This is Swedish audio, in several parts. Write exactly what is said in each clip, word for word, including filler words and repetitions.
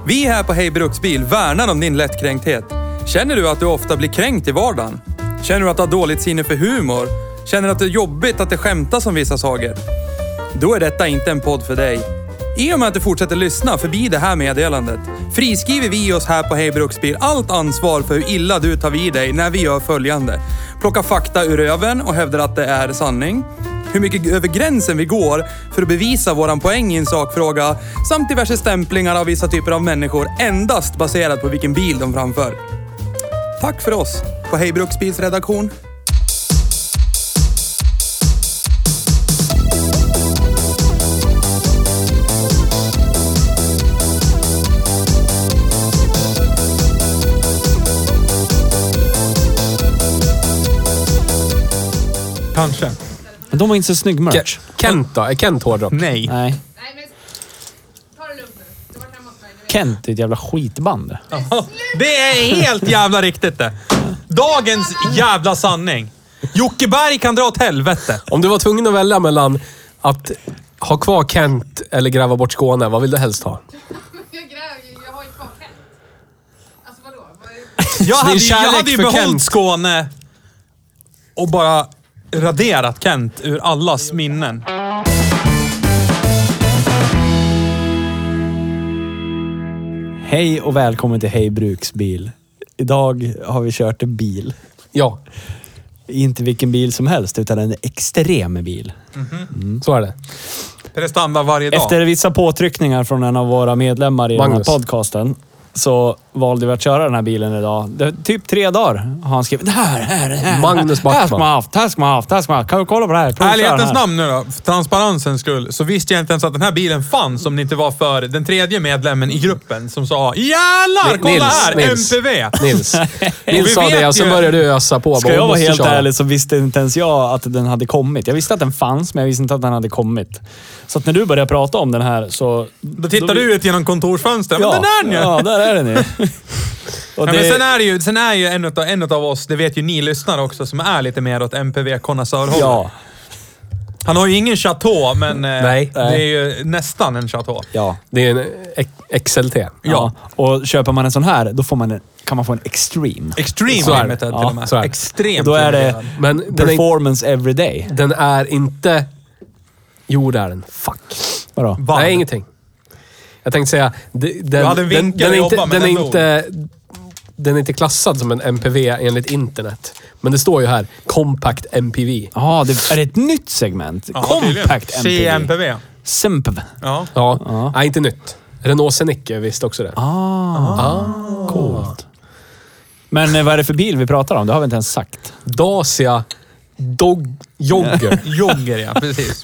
Vi här på Hej Bruksbil värnar om din lättkränkthet. Känner du att du ofta blir kränkt i vardagen? Känner du att du har dåligt sinne för humor? Känner du att det är jobbigt att det skämtas om vissa saker? Då är detta inte en podd för dig. I och med att du fortsätter lyssna förbi det här meddelandet friskriver vi oss här på Hej Bruksbil allt ansvar för hur illa du tar vid dig när vi gör följande. Plocka fakta ur röven och hävdar att det är sanning. Hur mycket över gränsen vi går för att bevisa våran poäng i en sakfråga samt diverse stämplingar av vissa typer av människor endast baserat på vilken bil de framför. Tack för oss på Hej Bruksbils redaktion. Kanske. Men de var inte så snygg merch. Ke- Kent då? Är Kent hårdrock? Nej. Nej. Nej, men ta det lugnt nu. Det var hemma hos mig. du vet. Kent är ett jävla skitband. Det är helt jävla riktigt det. Dagens jävla sanning. Jocke Berg kan dra åt helvete. Om du var tvungen att välja mellan att ha kvar Kent eller gräva bort Skåne, vad vill du helst ha? Jag gräver ju, jag har ju kvar Kent. Alltså vadå? Vad är- Jag hade, din ju- jag kärlek hade ju för behållit Kent. Skåne och bara raderat Kent ur allas minnen. Hej och välkommen till Hej Bruksbil. Idag har vi kört en bil. Ja, Inte vilken bil som helst, utan en extrem bil. så är det. Prestanda varje dag. Efter vissa påtryckningar från en av våra medlemmar i Magnus. den här podcasten så valde vi att köra den här bilen idag. Det, typ tre dagar har han skrivit. Det här, här, det här. Magnus Det här ska Backman. man ha haft, det här ska man ha haft, det här ska man ha haft. Kan vi kolla på det här? Prova köra den Ärlighetens här. namn nu då, för transparensens skull, så visste jag inte ens att den här bilen fanns om det inte var för den tredje medlemmen i gruppen som sa jävlar, kolla Nils, här, Nils. M P V. Nils. vi Nils sa vet det och så ju- började du ösa på. Ska Bara, jag hon vara måste helt köra. ärlig så visste inte ens jag att den hade kommit. Jag visste att den fanns, men jag visste inte att den hade kommit. Så att när du började prata om den här så... Då tittar du ut genom kontorsfönstret. Men Ja, den är den ju! ja, där är den ju. Och Ja, det- men sen är det ju, sen är ju en utav, en utav oss, det vet ju ni lyssnare också, som är lite mer åt M P V-konnässörhållet. Ja, Han har ju ingen chateau, men eh, Nej. det är ju nästan en chateau. ja. Det är en X L T. Ja. Och köper man en sån här, då får man en, kan man få en Extreme. Extreme Så är det. limited till Ja, och med. så är det. Extremt. Och då är det limiterad. Men den är, performance every day. den är inte... Jo, det är den. Fuck. Vadå? Vad? Nej, ingenting. Jag tänkte säga... d- Den, Du hade en den, vinkel den, är att inte, jobba med, den, är den inte, den är inte klassad som en M P V enligt internet. Men det står ju här, Compact M P V. Ja, det är det ett nytt segment. Ja, tydligen. Compact M P V. C M P V. Simp. Ja. Ja, Ja. nej inte nytt. Renault Scenic är visst också det. Ah, coolt. Men eh, vad är det för bil vi pratar om? Det har vi inte ens sagt. Dacia Dog Jogger. Jogger, ja. Precis.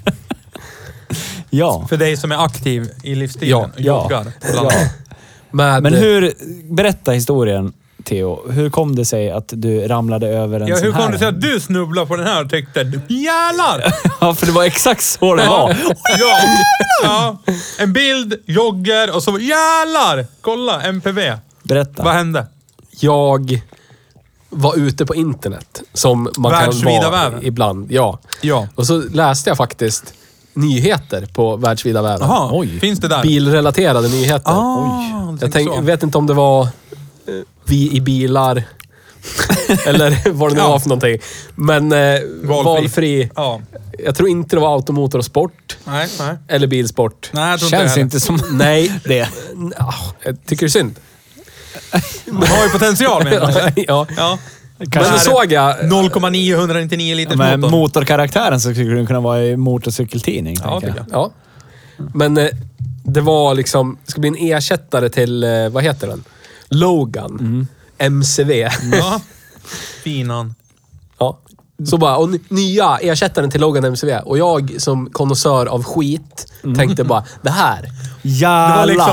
Ja. För dig som är aktiv i livsstilen. Ja, och ja, joggar. Bland ja. annat. Med, Men hur... Berätta historien, Theo. Hur kom det sig att du ramlade över en Ja, sån hur här? kom det sig att du snubblade på den här och tyckte jävlar! Ja, för det var exakt så det var. Ja, ja. En bild, jogger och så jävlar! Kolla, M P V. Berätta. Vad hände? Jag var ute på internet. Som man kan Världsvida vara väven. ibland. Ja. Ja. Och så läste jag faktiskt nyheter på Världsvida väven. Jaha, Oj. finns det där? Bilrelaterade nyheter. Ah, Jag tänk, vet inte om det var eh, vi i bilar eller vad det nu Ja. var för någonting. Men eh, Valfri. valfri. Ja. Jag tror inte det var automotor och sport. Nej, nej. Eller bilsport. Nej, jag tror inte Känns det inte som Nej. det. Ah, jag tycker det är synd. Man har ju potential med det. ja. Ja. Men Kanske så såg jag... noll komma niohundranittionio liters med motor. motorkaraktären så skulle den kunna vara i motorcykeltidning. Ja, tänker tycker jag. jag. Ja. Men eh, det var liksom... Det ska bli en ersättare till... Eh, vad heter den? Logan. M C V. Ja. Finan. Ja. Så bara, och n- nya ersättaren till Logan M C V. Och jag som konnässör av skit tänkte bara, det här. Det Jävlar! var liksom...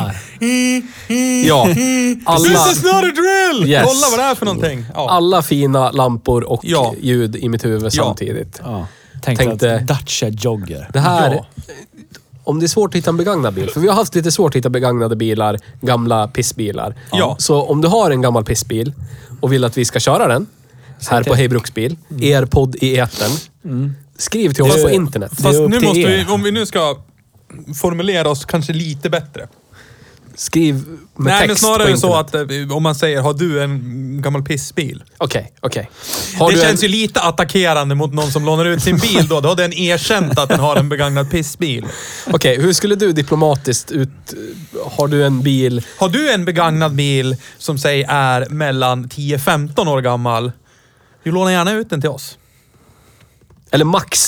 Ja. This Alla, is not a drill! Yes. Kolla vad det är för någonting. Ja. alla fina lampor och Ja. ljud i mitt huvud Ja. samtidigt. Ja. Tänkte, Tänkte- att Dacia Jogger. Det här... Ja. Om det är svårt att hitta en begagnad bil. För vi har haft lite svårt att hitta begagnade bilar. Gamla pissbilar. Ja. Så om du har en gammal pissbil och vill att vi ska köra den. Här på Hej Bruksbil. Er podd i etern. Skriv till oss Det- på internet. det är Fast upp nu till måste er. vi, om vi nu ska formulera oss kanske lite bättre. Skriv med Nej, text men snarare på är det så internet. att eh, om man säger, har du en gammal pissbil? Okej, okej. Har Det du känns en... ju lite attackerande mot någon som lånar ut sin bil då. Då har den erkänt att den har en begagnad pissbil. Okej, hur skulle du diplomatiskt ut... Har du en bil... Har du en begagnad bil som säger är mellan tio femton år gammal, du lånar gärna ut den till oss. Eller max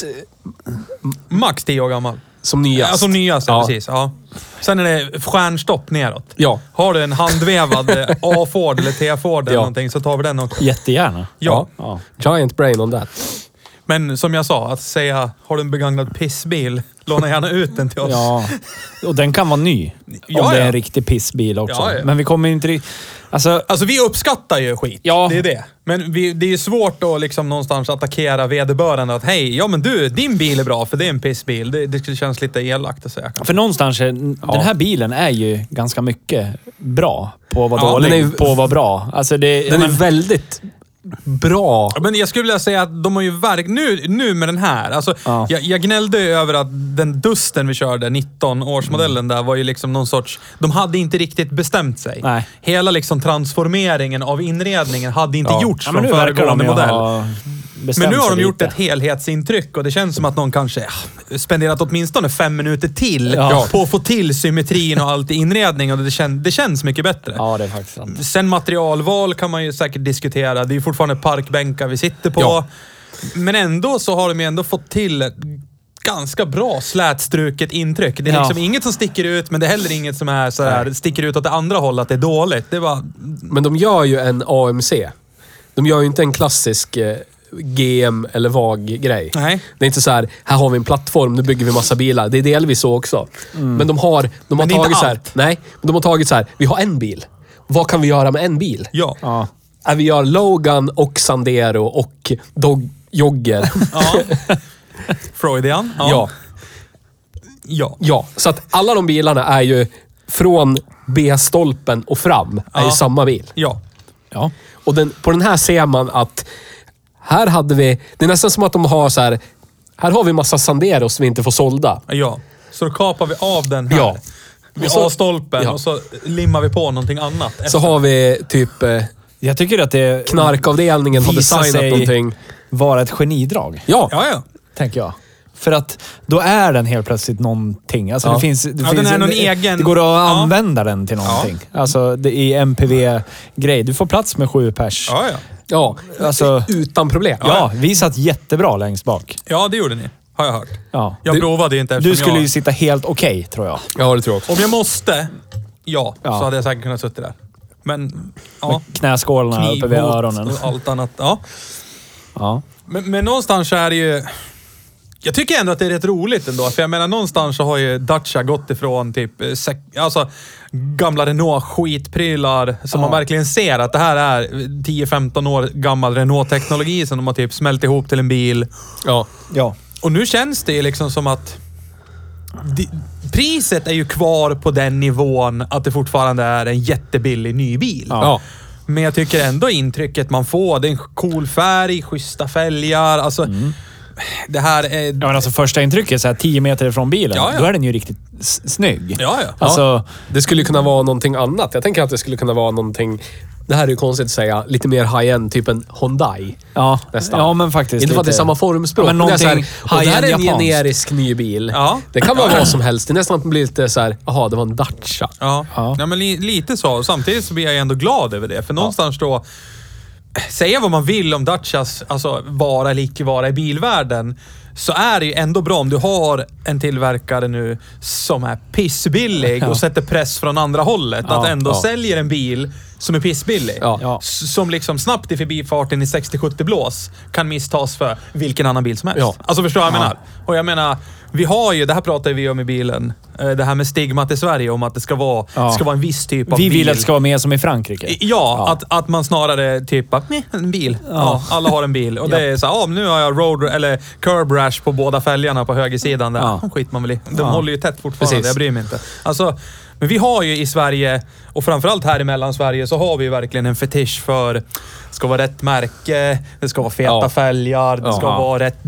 Max tio år gammal. som nyast. Alltså nyast, Ja. precis. Ja. Sen är det stjärnstopp neråt. Ja. Har du en handvevad A-Ford eller T-Ford eller Ja. någonting så tar vi den också. Jättegärna. Ja. Ja. Giant brain on that. Men som jag sa, att säga, har du en begagnad pissbil, låna gärna ut den till oss. Ja, och den kan vara ny. Ja, om det är ja. en riktig pissbil också. Ja, ja. Men vi kommer inte... ri- Alltså, Alltså vi uppskattar ju skit. Ja. Det är det. Men vi, det är ju svårt att liksom någonstans attackera vederbörande att hej, ja men du, din bil är bra för det är en pissbil. Det, det skulle kännas lite elakt att säga. för någonstans, är, den här bilen är ju ganska mycket bra på att vara Ja, dålig, den är ju- på att vara bra. Alltså det, Den är men, väldigt bra. Ja, men jag skulle vilja säga att de har ju verk... Nu, nu med den här. Alltså, Ja. jag, jag gnällde över att den Dusten vi körde, nitton-årsmodellen där, var ju liksom någon sorts... De hade inte riktigt bestämt sig. Nej. Hela liksom transformeringen av inredningen hade inte Ja. gjorts ja, men från nu verkar de föregående ju modell. ha bestämt Men nu har sig de gjort lite. ett helhetsintryck och det känns som att någon kanske ja, spenderat åtminstone fem minuter till Ja. på att få till symmetrin och allt i inredningen och det, kän, det känns mycket bättre. Ja, det är faktiskt sant. Sen materialval kan man ju säkert diskutera. Det är ju fortfarande parkbänkar vi sitter på. Ja. Men ändå så har de ju ändå fått till ett ganska bra slätstruket intryck. Det är Ja. liksom inget som sticker ut, men det är heller inget som är så här, sticker ut åt det andra hållet, att det är dåligt. Det var... Men de gör ju en A M C. De gör ju inte en klassisk eh, G M eller V A G-grej. Nej. Det är inte så här, här har vi en plattform, nu bygger vi massa bilar. Det är delvis så också. Men de har, de har det är inte tagit så här, allt. nej, men de har tagit så här, vi har en bil. Vad kan vi göra med en bil? Ja. Ja. Äh, vi gör Logan och Sandero och Dog Jogger. Ja. Freudian. Ja. Ja. Ja, så att alla de bilarna är ju från B-stolpen och fram är ju Ja. samma bil. Ja. Ja. Och den, på den här ser man att här hade vi... Det är nästan som att de har så här... Här har vi massa Sanderos som vi inte får sålda. Ja. Så då kapar vi av den här. Ja. Vid Och så- A-stolpen ja. och så limmar vi på någonting annat. Så efter. har vi typ... Eh, Jag tycker att det knarkavdelningen har visar designat sig någonting. vara ett genidrag, Ja. Ja, ja. tänker jag. För att då är den helt plötsligt någonting. Alltså Ja. det finns, det Ja, finns den är en, någon egen- Det går att Ja. använda den till någonting. Alltså det är M P V-grej. Du får plats med sju pers. Ja, ja. Ja, Alltså, utan problem. ja, vi satt jättebra längst bak. Ja, det gjorde ni. Har jag hört. Ja. Jag Du, provade ju inte eftersom du skulle jag... ju sitta helt okej, tror jag. Ja, det tror jag också. Om jag måste, ja, Ja. så hade jag säkert kunnat sitta där. Men, ja. Knäskålarna uppe vid öronen. och allt annat. Ja. Ja. Men, men någonstans så är det ju... Jag tycker ändå att det är rätt roligt ändå. För jag menar, någonstans så har ju Dacia gått ifrån typ... eh, sek- Alltså, gamla Renault-skitprylar som Ja. man verkligen ser att det här är tio femton år gammal Renault-teknologi som de har typ smält ihop till en bil. Ja. Ja. Och nu känns det ju liksom som att... Det, priset är ju kvar på den nivån att det fortfarande är en jättebillig ny bil. Ja. Ja. Men jag tycker ändå intrycket man får, det är en cool färg, schyssta fälgar. Alltså, det här är... Ja, men alltså första intrycket, så här tio meter ifrån bilen, Ja, ja. då är den ju riktigt s- snygg. Ja, ja. Alltså, Det skulle kunna vara någonting annat. Jag tänker att det skulle kunna vara någonting... Det här är ju konstigt att säga. Lite mer high-end, typ en Hyundai. ja, Nästan. ja men faktiskt. Inte för att det är lite- samma formspråk. Ja, men men det är så här, någonting och det här är en high-end generisk ny bil. Ja. Det kan vara vad som helst. Det är nästan att man blir lite så här, jaha, det var en Dacia. Ja, Ja. ja. men li, lite så. Samtidigt så blir jag ändå glad över det. För någonstans då... Säga vad man vill om Dacias alltså, vara eller icke vara i bilvärlden, så är det ju ändå bra om du har en tillverkare nu som är pissbillig Ja. och sätter press från andra hållet. Ja, att ändå ja. säljer en bil som är pissbillig. Ja. Ja. S- Som liksom snabbt i förbifarten i sextio sjuttio blås kan misstas för vilken annan bil som helst. Ja. Alltså förstår jag vad jag Ja. menar? Och jag menar, vi har ju, det här pratar vi om i bilen, eh, det här med stigmat i Sverige om att det ska vara, Ja. ska vara en viss typ av Vi bil. vill att det ska vara mer som i Frankrike. Ja, Ja. Att, att man snarare typ, ah, "Meh, en bil. Ja. Ja. alla har en bil. Och det är så här, ah, nu har jag road eller curb rash på båda fälgarna på högersidan där. Ja. Ja. Skit man väl i. De Ja. håller ju tätt fortfarande, Precis. jag bryr mig inte. Alltså, men vi har ju i Sverige, och framförallt här i Mellansverige, så har vi ju verkligen en fetisch för det ska vara rätt märke, det ska vara feta Ja. fälgar, det ska Ja. vara rätt däck,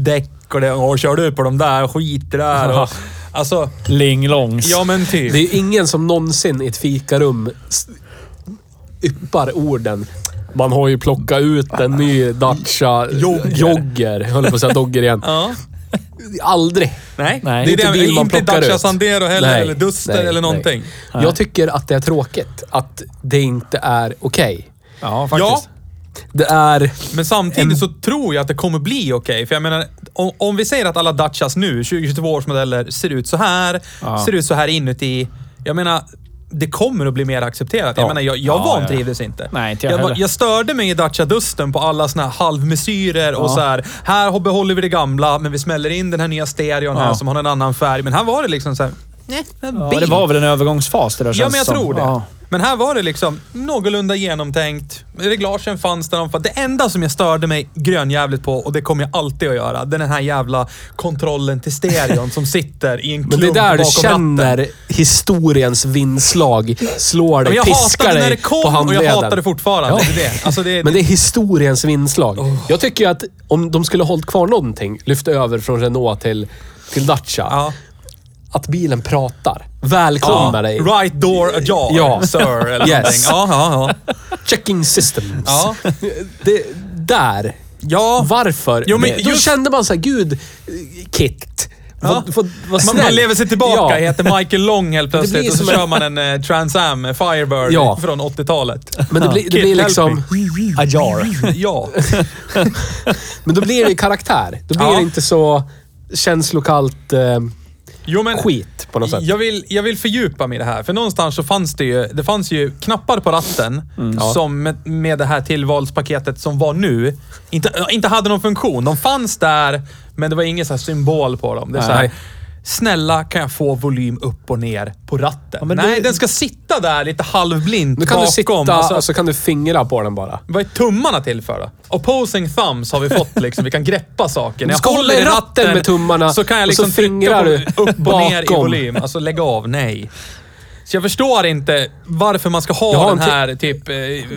och det, och kör du på de där skit där. Och, alltså, Linglångs. ja men typ. Det är ju ingen som någonsin i ett fikarum s- yppar orden. Man har ju plockat ut en ny Dacia Jogger. Jogger. Jag håller på att säga Dogger igen. Ja. Aldrig. Nej, Nej. det är Det är det, inte bil man inte plockar Dacia ut. Sandero heller, Nej, eller Duster nej, eller någonting. nej. Jag tycker att det är tråkigt att det inte är okej. Ja, faktiskt. Ja, Det är... men samtidigt så tror jag att det kommer bli okej. För jag menar, om, om vi säger att alla Dacias nu, tjugo tjugotvå års modeller, ser ut så här, Ja. ser ut så här inuti. Jag menar, det kommer att bli mer accepterat. Jag Ja. menar, jag, jag Ja, vantrivdes inte. Nej, inte jag jag, var- heller. jag störde mig i Dacia Dusten på alla såna här halvmesyrer och Ja. så här. Här behåller vi det gamla, men vi smäller in den här nya stereon här Ja. som har en annan färg. Men här var det liksom så här, nej, en Ja, bil. det var väl en övergångsfas det där, Ja, känns men jag som. tror det. Ja. Men här var det liksom någorlunda genomtänkt. Reglagen fanns där. De, det enda som jag störde mig grönjävligt på, och det kommer jag alltid att göra, det är den här jävla kontrollen till stereon som sitter i en klump Men det är där du bakom känner ratten. historiens vindslag. Slår Men dig, jag piskar hatade när dig det på kom och handleden. jag hatar det fortfarande. Ja. Det är det. Alltså det, Men det är historiens vindslag. Jag tycker ju att om de skulle hållit kvar någonting, lyfta över från Renault till, till Dacia. ja. Att bilen pratar. Välkomnar dig. Right door ajar, Ja. sir. Eller Yes. någonting. Ja, ja, Checking systems. ja. ja. Det, där. ja. Varför? Jo, men Då just- kände man så här, gud, Kit. Ja. Vad, vad, vad Man, snäll. man lever sig tillbaka, Ja. heter Michael Long helt Det plötsligt blir och så som kör en- man en eh, Trans Am Firebird Ja. från åttiotalet. Men det blir, det Kit, blir help liksom... Ajar. Ja. Men då blir det karaktär. Då blir Ja. det inte så känslokallt eh, Jo, men skit på något sätt. Jag vill, jag vill fördjupa mig i det här, för någonstans så fanns det ju, det fanns ju knappar på ratten Ja. som med, med det här tillvalspaketet som var nu, inte, inte hade någon funktion. De fanns där, men det var ingen så här symbol på dem. Det är så här, Nej. snälla kan jag få volym upp och ner på ratten? men Nej, du- den ska sitta där lite halvblint Nu kan bakom. du sitta Alltså, och så kan du fingra på den bara. vad är tummarna till för då? Opposing thumbs har vi fått liksom. Vi kan greppa saker. När Du ska jag hålla håller i ratten med tummarna så kan jag och så liksom trycka fingrar på du upp och ner i bakom. volym. Alltså lägg av, nej. Så jag förstår inte varför man ska Jag ha har den en te- här typ eh,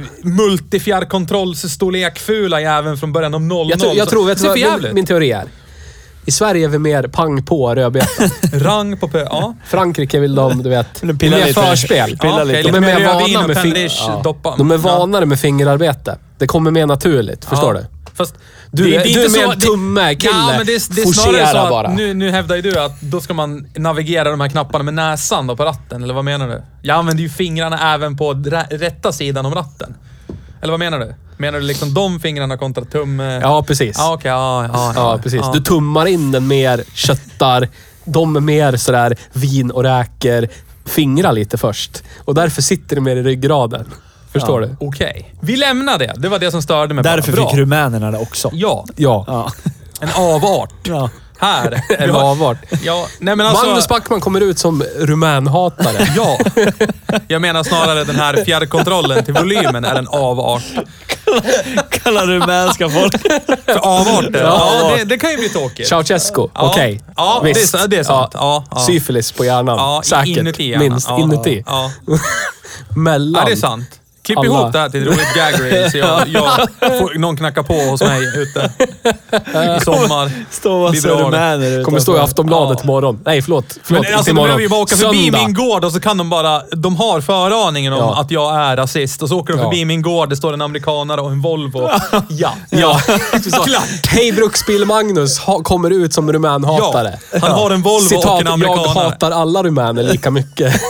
multifjärrkontrollstorlek fula jäveln från början av noll noll. Jag tror, jag tror vet det du ser för vad min, jävligt. min teori är? I Sverige är vi mer pang på rödbetan. Rang på pö. Ja. Frankrike vill de, du vet, De det pillar är mer lite. förspel. Pillar Ja, lite. okej, De är lite mer mer rödvin vana och med fing- Penrish, ja. doppa. De är Ja. vanare med fingerarbete. Det kommer mer naturligt, förstår Ja. du? Fast Du är- du är inte mer så- en tumme-kille. Ja, men det är, det är Forcera snarare så att bara. nu, nu hävdar ju du att då ska man navigera de här knapparna med näsan då på ratten, eller vad menar du? Jag använder ju fingrarna även på rä- rätta sidan om ratten. Eller vad menar du? Menar du liksom de fingrarna kontra tumme? Ja, precis. Ja, okej. Ja, ja, Ja, precis. Ja. Du tummar in den mer, köttar. De är mer sådär vin och räker. Fingrar lite först. Och därför sitter det mer i ryggraden. Förstår du? Okej. Vi lämnar det. Det var det som störde mig. Därför bara. Bra. fick rumänerna det också. Ja, Ja. Ja. en avart. Ja. Här. En avart. Ja, nej men alltså... Magnus Backman kommer ut som rumänhatare. Ja. Jag menar snarare den här fjärrkontrollen till volymen är en avart. Kallar rumänska folk. För avarter? Ja, Ja. det, det kan ju bli tråkigt. Ceausescu, Ja. okej. Ja, det är Visst. så- det är sant. Ja, ja. Syfilis på hjärnan. Ja, Säkert. inuti hjärnan. Minst Ja, inuti. Ja. Mellan. Ja, det är sant. Klipp Alla. ihop det här till ett roligt gag reel så jag, jag får någon knacka på hos mig ute i sommar. Stå och Blir så bra. rumäner Kommer stå i utanför. Aftonbladet Ja. imorgon. Nej, förlåt. förlåt Men alltså, inte de imorgon. behöver ju bara åka förbi Söndag. min gård och så kan de bara... De har föraningen om Ja. att jag är rasist och så åker de Ja. förbi min gård, det står en amerikanare och en Volvo. Ja. Ja, Klart. Hej Bruksbil-Magnus ha, kommer ut som rumänhatare. Ja, han har en Volvo Citat, och en amerikanare. jag hatar alla rumäner lika mycket.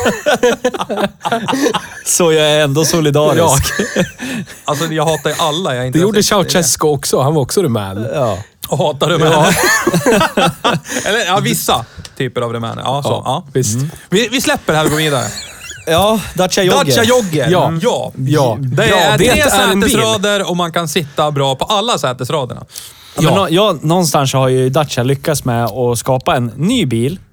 Så jag är ändå solidarisk. Alltså jag hatar ju alla. Jag är inte Det gjorde rasist. Ceausescu också. Han var också rumän. Ja. Och hatar rumäner. Eller ja, vissa typer av rumäner. Ja, så. Ja. Ja, visst. Vi, vi släpper det här och går vidare. Ja, Dacia Jogger. Dacia Jogger. Ja. Mm. ja. Ja. Det Ja, är det tre är en bil. sätesrader och man kan sitta bra på alla sätesraderna. Ja. Men nå- jag, någonstans har ju Dacia lyckats med att skapa en ny bil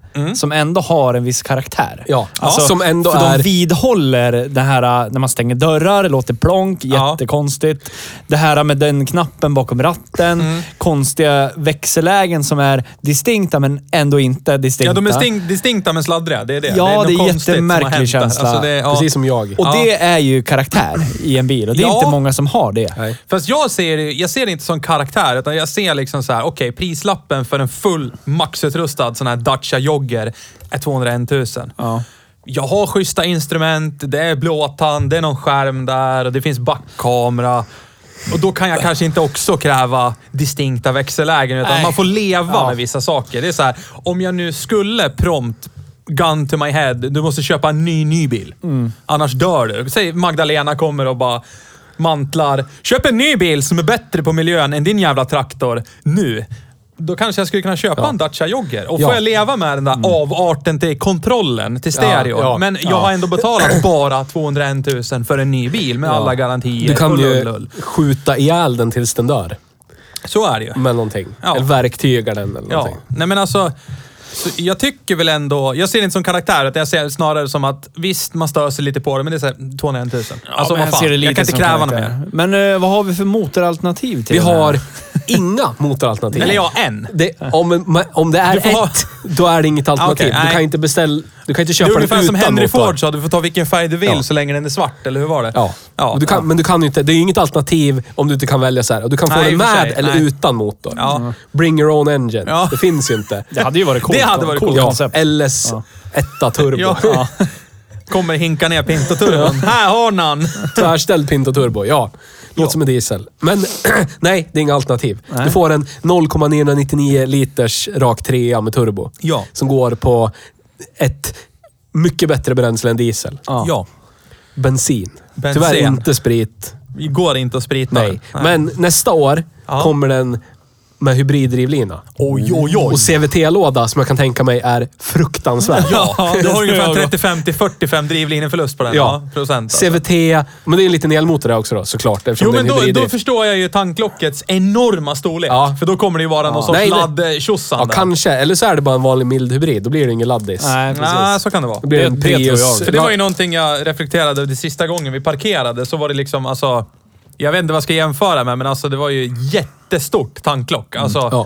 mm. som ändå har en viss karaktär. Ja, Alltså, som ändå för är... de vidhåller det här när man stänger dörrar, det låter plonk, Ja. jättekonstigt. Det här med den knappen bakom ratten, Mm. konstiga växellägen som är distinkta men ändå inte distinkta. Ja, de är stink, distinkta men sladdriga. Det är det. Ja, det är, det är något konstigt som har jättemärklig hänt där. känsla. Alltså det, ja. Precis som jag. Och Ja. det är ju karaktär i en bil och det är Ja. inte många som har det. Nej. Fast jag ser, det- jag ser det inte som karaktär, utan jag ser liksom så här: okej, prislappen för en full maxutrustad sån här Dacia Jogger är tvåhundraett tusen. Ja. Jag har schyssta instrument, det är blåtand, det är någon skärm där och det finns backkamera. Och då kan jag kanske inte också kräva distinkta växellägen, utan Nej. man får leva Ja. med vissa saker. Det är så här: om jag nu skulle prompt gun to my head, du måste köpa en ny, ny bil. Mm. Annars dör du. Säg Magdalena kommer och bara mantlar. Köp en ny bil som är bättre på miljön än din jävla traktor nu. Då kanske jag skulle kunna köpa Ja. en Dacia Jogger. Och Ja. får jag leva med den där avarten till kontrollen, till stereo. Ja, ja, Men jag ja. har ändå betalat bara tvåhundraett tusen för en ny bil med alla garantier. Du kan och ju lull, lull. skjuta ihjäl den tills den dör. Så är det ju. Med någonting. Ja. Eller verktyga den eller Ja, någonting. nej men alltså... Så jag tycker väl ändå... Jag ser det inte som karaktär, utan jag ser det snarare som att visst, man stör sig lite på det, men det är så här tvåhundraett tusen. Alltså men vad jag fan, ser det lite jag kan inte som kräva något karaktär. mer. Men eh, vad har vi för motoralternativ till Vi den här? har inga motoralternativ. Eller ja, en. Det, om, om det är Du får ha- ett, då är det inget alternativ. Okej, du nej. kan inte beställa... Du kan inte Det köpa är den ungefär utan som Henry motor. Ford sa, du får ta vilken färg du vill Ja. så länge den är svart, eller hur var det? Ja. ja. Och du kan, men du kan ju inte... Det är ju inget alternativ om du inte kan välja så här. Och du kan få Nej, i den och för med sig, eller nej. utan motor. Ja. Bring your own engine. Ja. Det finns ju inte. Det hade ju varit coolt. Det hade då. varit Coolt coolt. Ja, koncept. L S ett turbo. Ja. Ja. Kommer hinka ner Pinto-turbon. Här har han! Tvärställd Pinto Turbo, ja. Låter som en diesel. Men nej, det är inga alternativ. Nej. Du får en noll komma niohundranittionio liters rak trea med turbo. Ja. Som går på ett mycket bättre bränsle än diesel. Ja. Ja. Bensin. Bensin. Tyvärr inte sprit. Det går inte att sprita. Nej. Men nästa år Ja. kommer den med hybriddrivlina. Oj, oj, oj. Och C V T-låda som jag kan tänka mig är fruktansvärd. Ja, du har ungefär jag trettiofem till fyrtiofem drivlineförlust på den. Ja. Ja, procent. Alltså. C V T, men det är en liten elmotor där också då, såklart. Jo, eftersom men det är en då, hybrid. då förstår jag ju tanklockets enorma storlek. Ja. För då kommer det ju vara någon sorts Nej, det- ladd-tjosan Ja, där. kanske. Eller så är det bara en vanlig mild hybrid. Då blir det ingen laddis. Nej, precis. Nej, så kan det vara. Då blir det en Det- det tror Prius. jag. För det var ju någonting jag reflekterade över det sista gången vi parkerade. Så var det liksom, alltså... Jag vet inte vad jag ska jämföra med, men alltså det var ju jättestort tanklock. Alltså, Ja.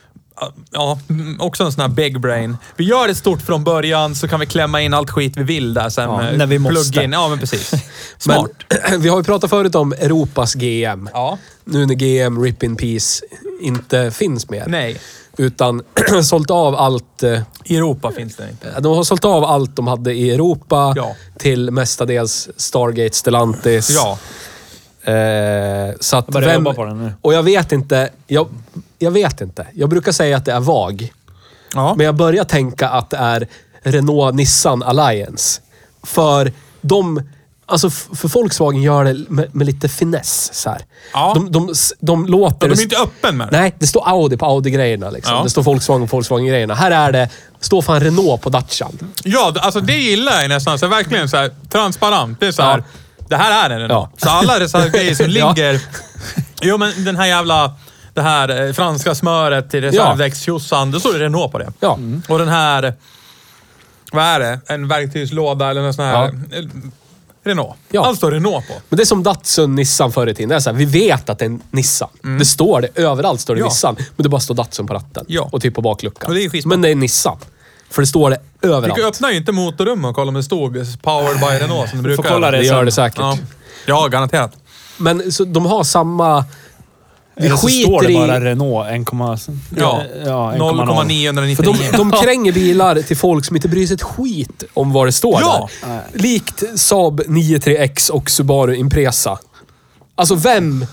ja, mm, också en sån här big brain. Vi gör det stort från början så kan vi klämma in allt skit vi vill där sen. Ja, med när vi måste. plug-in. Ja, men precis. Men Smart. vi har ju pratat förut om Europas G M. Ja. Nu när G M Rip in Peace inte finns mer. Nej. Utan sålt av allt... eh, I Europa finns det inte. De har sålt av allt de hade i Europa Ja. till mestadels Stargate, Stellantis. Ja. Eh, så att Jag börjar jobba på den nu. Och jag vet inte. Jag, jag vet inte. Jag brukar säga att det är VAG. Ja. Men jag börjar tänka att det är Renault-Nissan Alliance. För de... Alltså f- för Volkswagen gör det med, med lite finess. Så här. Ja. De, de, de låter... De är inte öppen med det. Nej, det står Audi på Audi-grejerna. Liksom. Ja. Det står Volkswagen på Volkswagen-grejerna. Här är det... Står fan Renault på Dacian. Ja, alltså det gillar jag nästan. Så verkligen så här transparent. Det är så här. Ja. Det här är den. Ja. Så alla dessa grejer som Ja. ligger... Jo, men den här jävla... Det här eh, franska smöret till reservdäckstjosan. Då står det Renault på det. Ja. Och den här... Vad är det? En verktygslåda eller något sån här... eh, Renault. Ja. Allt står Renault på. Men det är som Datsun, Nissan förr i tiden. Det är så här, vi vet att det är en Nissan. Det står det. Överallt står det Ja. Nissan. Men det bara står Datsun på ratten. Ja. Och typ på bakluckan. Och det är skitsmart. Men det är Nissan. För det står det överallt. Du öppnar ju inte motorrummet och kollar om det stod Powered by Renault som det brukar. kolla det Det sen. gör det säkert. Ja, ja garanterat. Men så, de har samma... Vi Eller så står skiter det i... bara Renault en, Ja, ja, en noll komma För niohundranittionio. de, de kränger bilar till folk som inte bryr sig ett skit om vad det står Ja. där. Likt Saab nio tre X och Subaru Impreza. Alltså vem...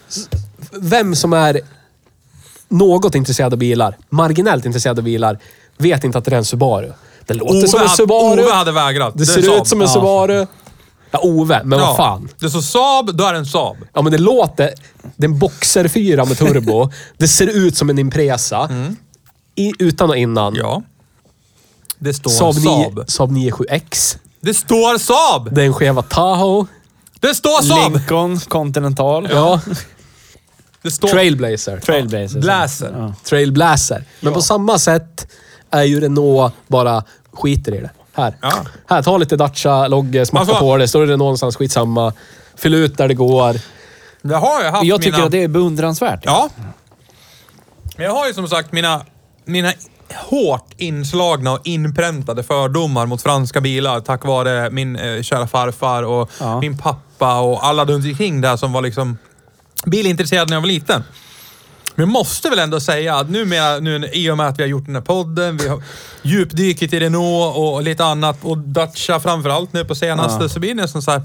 Vem som är något intresserad av bilar, marginellt intresserad av bilar, vet inte att det är en Subaru. Det låter Ove, som en hade, Subaru. Ove hade vägrat. Det är ser Saab. ut som en Ja. Subaru. Ja, Ove, men vad fan. Det är så Saab, då är det en Saab. Ja, men det låter... Det är en Boxer fyra med turbo. Det ser ut som en Impreza. I, utan och innan. Ja. Det står Saab, Saab. nio, Saab nio sju X. Det står Saab! Det är en skeva Tahoe. Det står Saab! Lincoln, Continental. Ja. Det står Trailblazer. Trailblazer. Blazer. Ja. Trailblazer. Men Ja. på samma sätt är ju Renault bara skiter i det. Här. Ja. Här, ta lite Dacia-logg, smacka Alltså- på det. Står det Renault någonstans, skitsamma. Fyll ut där det går. Jag har ju haft Jag tycker mina... att det är beundransvärt. Ja. Men jag har ju som sagt mina, mina hårt inslagna och inpräntade fördomar mot franska bilar tack vare min eh, kära farfar och Ja. min pappa och alla runt omkring där som var liksom bilintresserade när jag var liten. Men jag måste väl ändå säga att numera, nu i och med att vi har gjort den här podden, vi har djupdykt i Renault och lite annat och Dacia framförallt nu på senaste, Ja. så blir det nästan så här.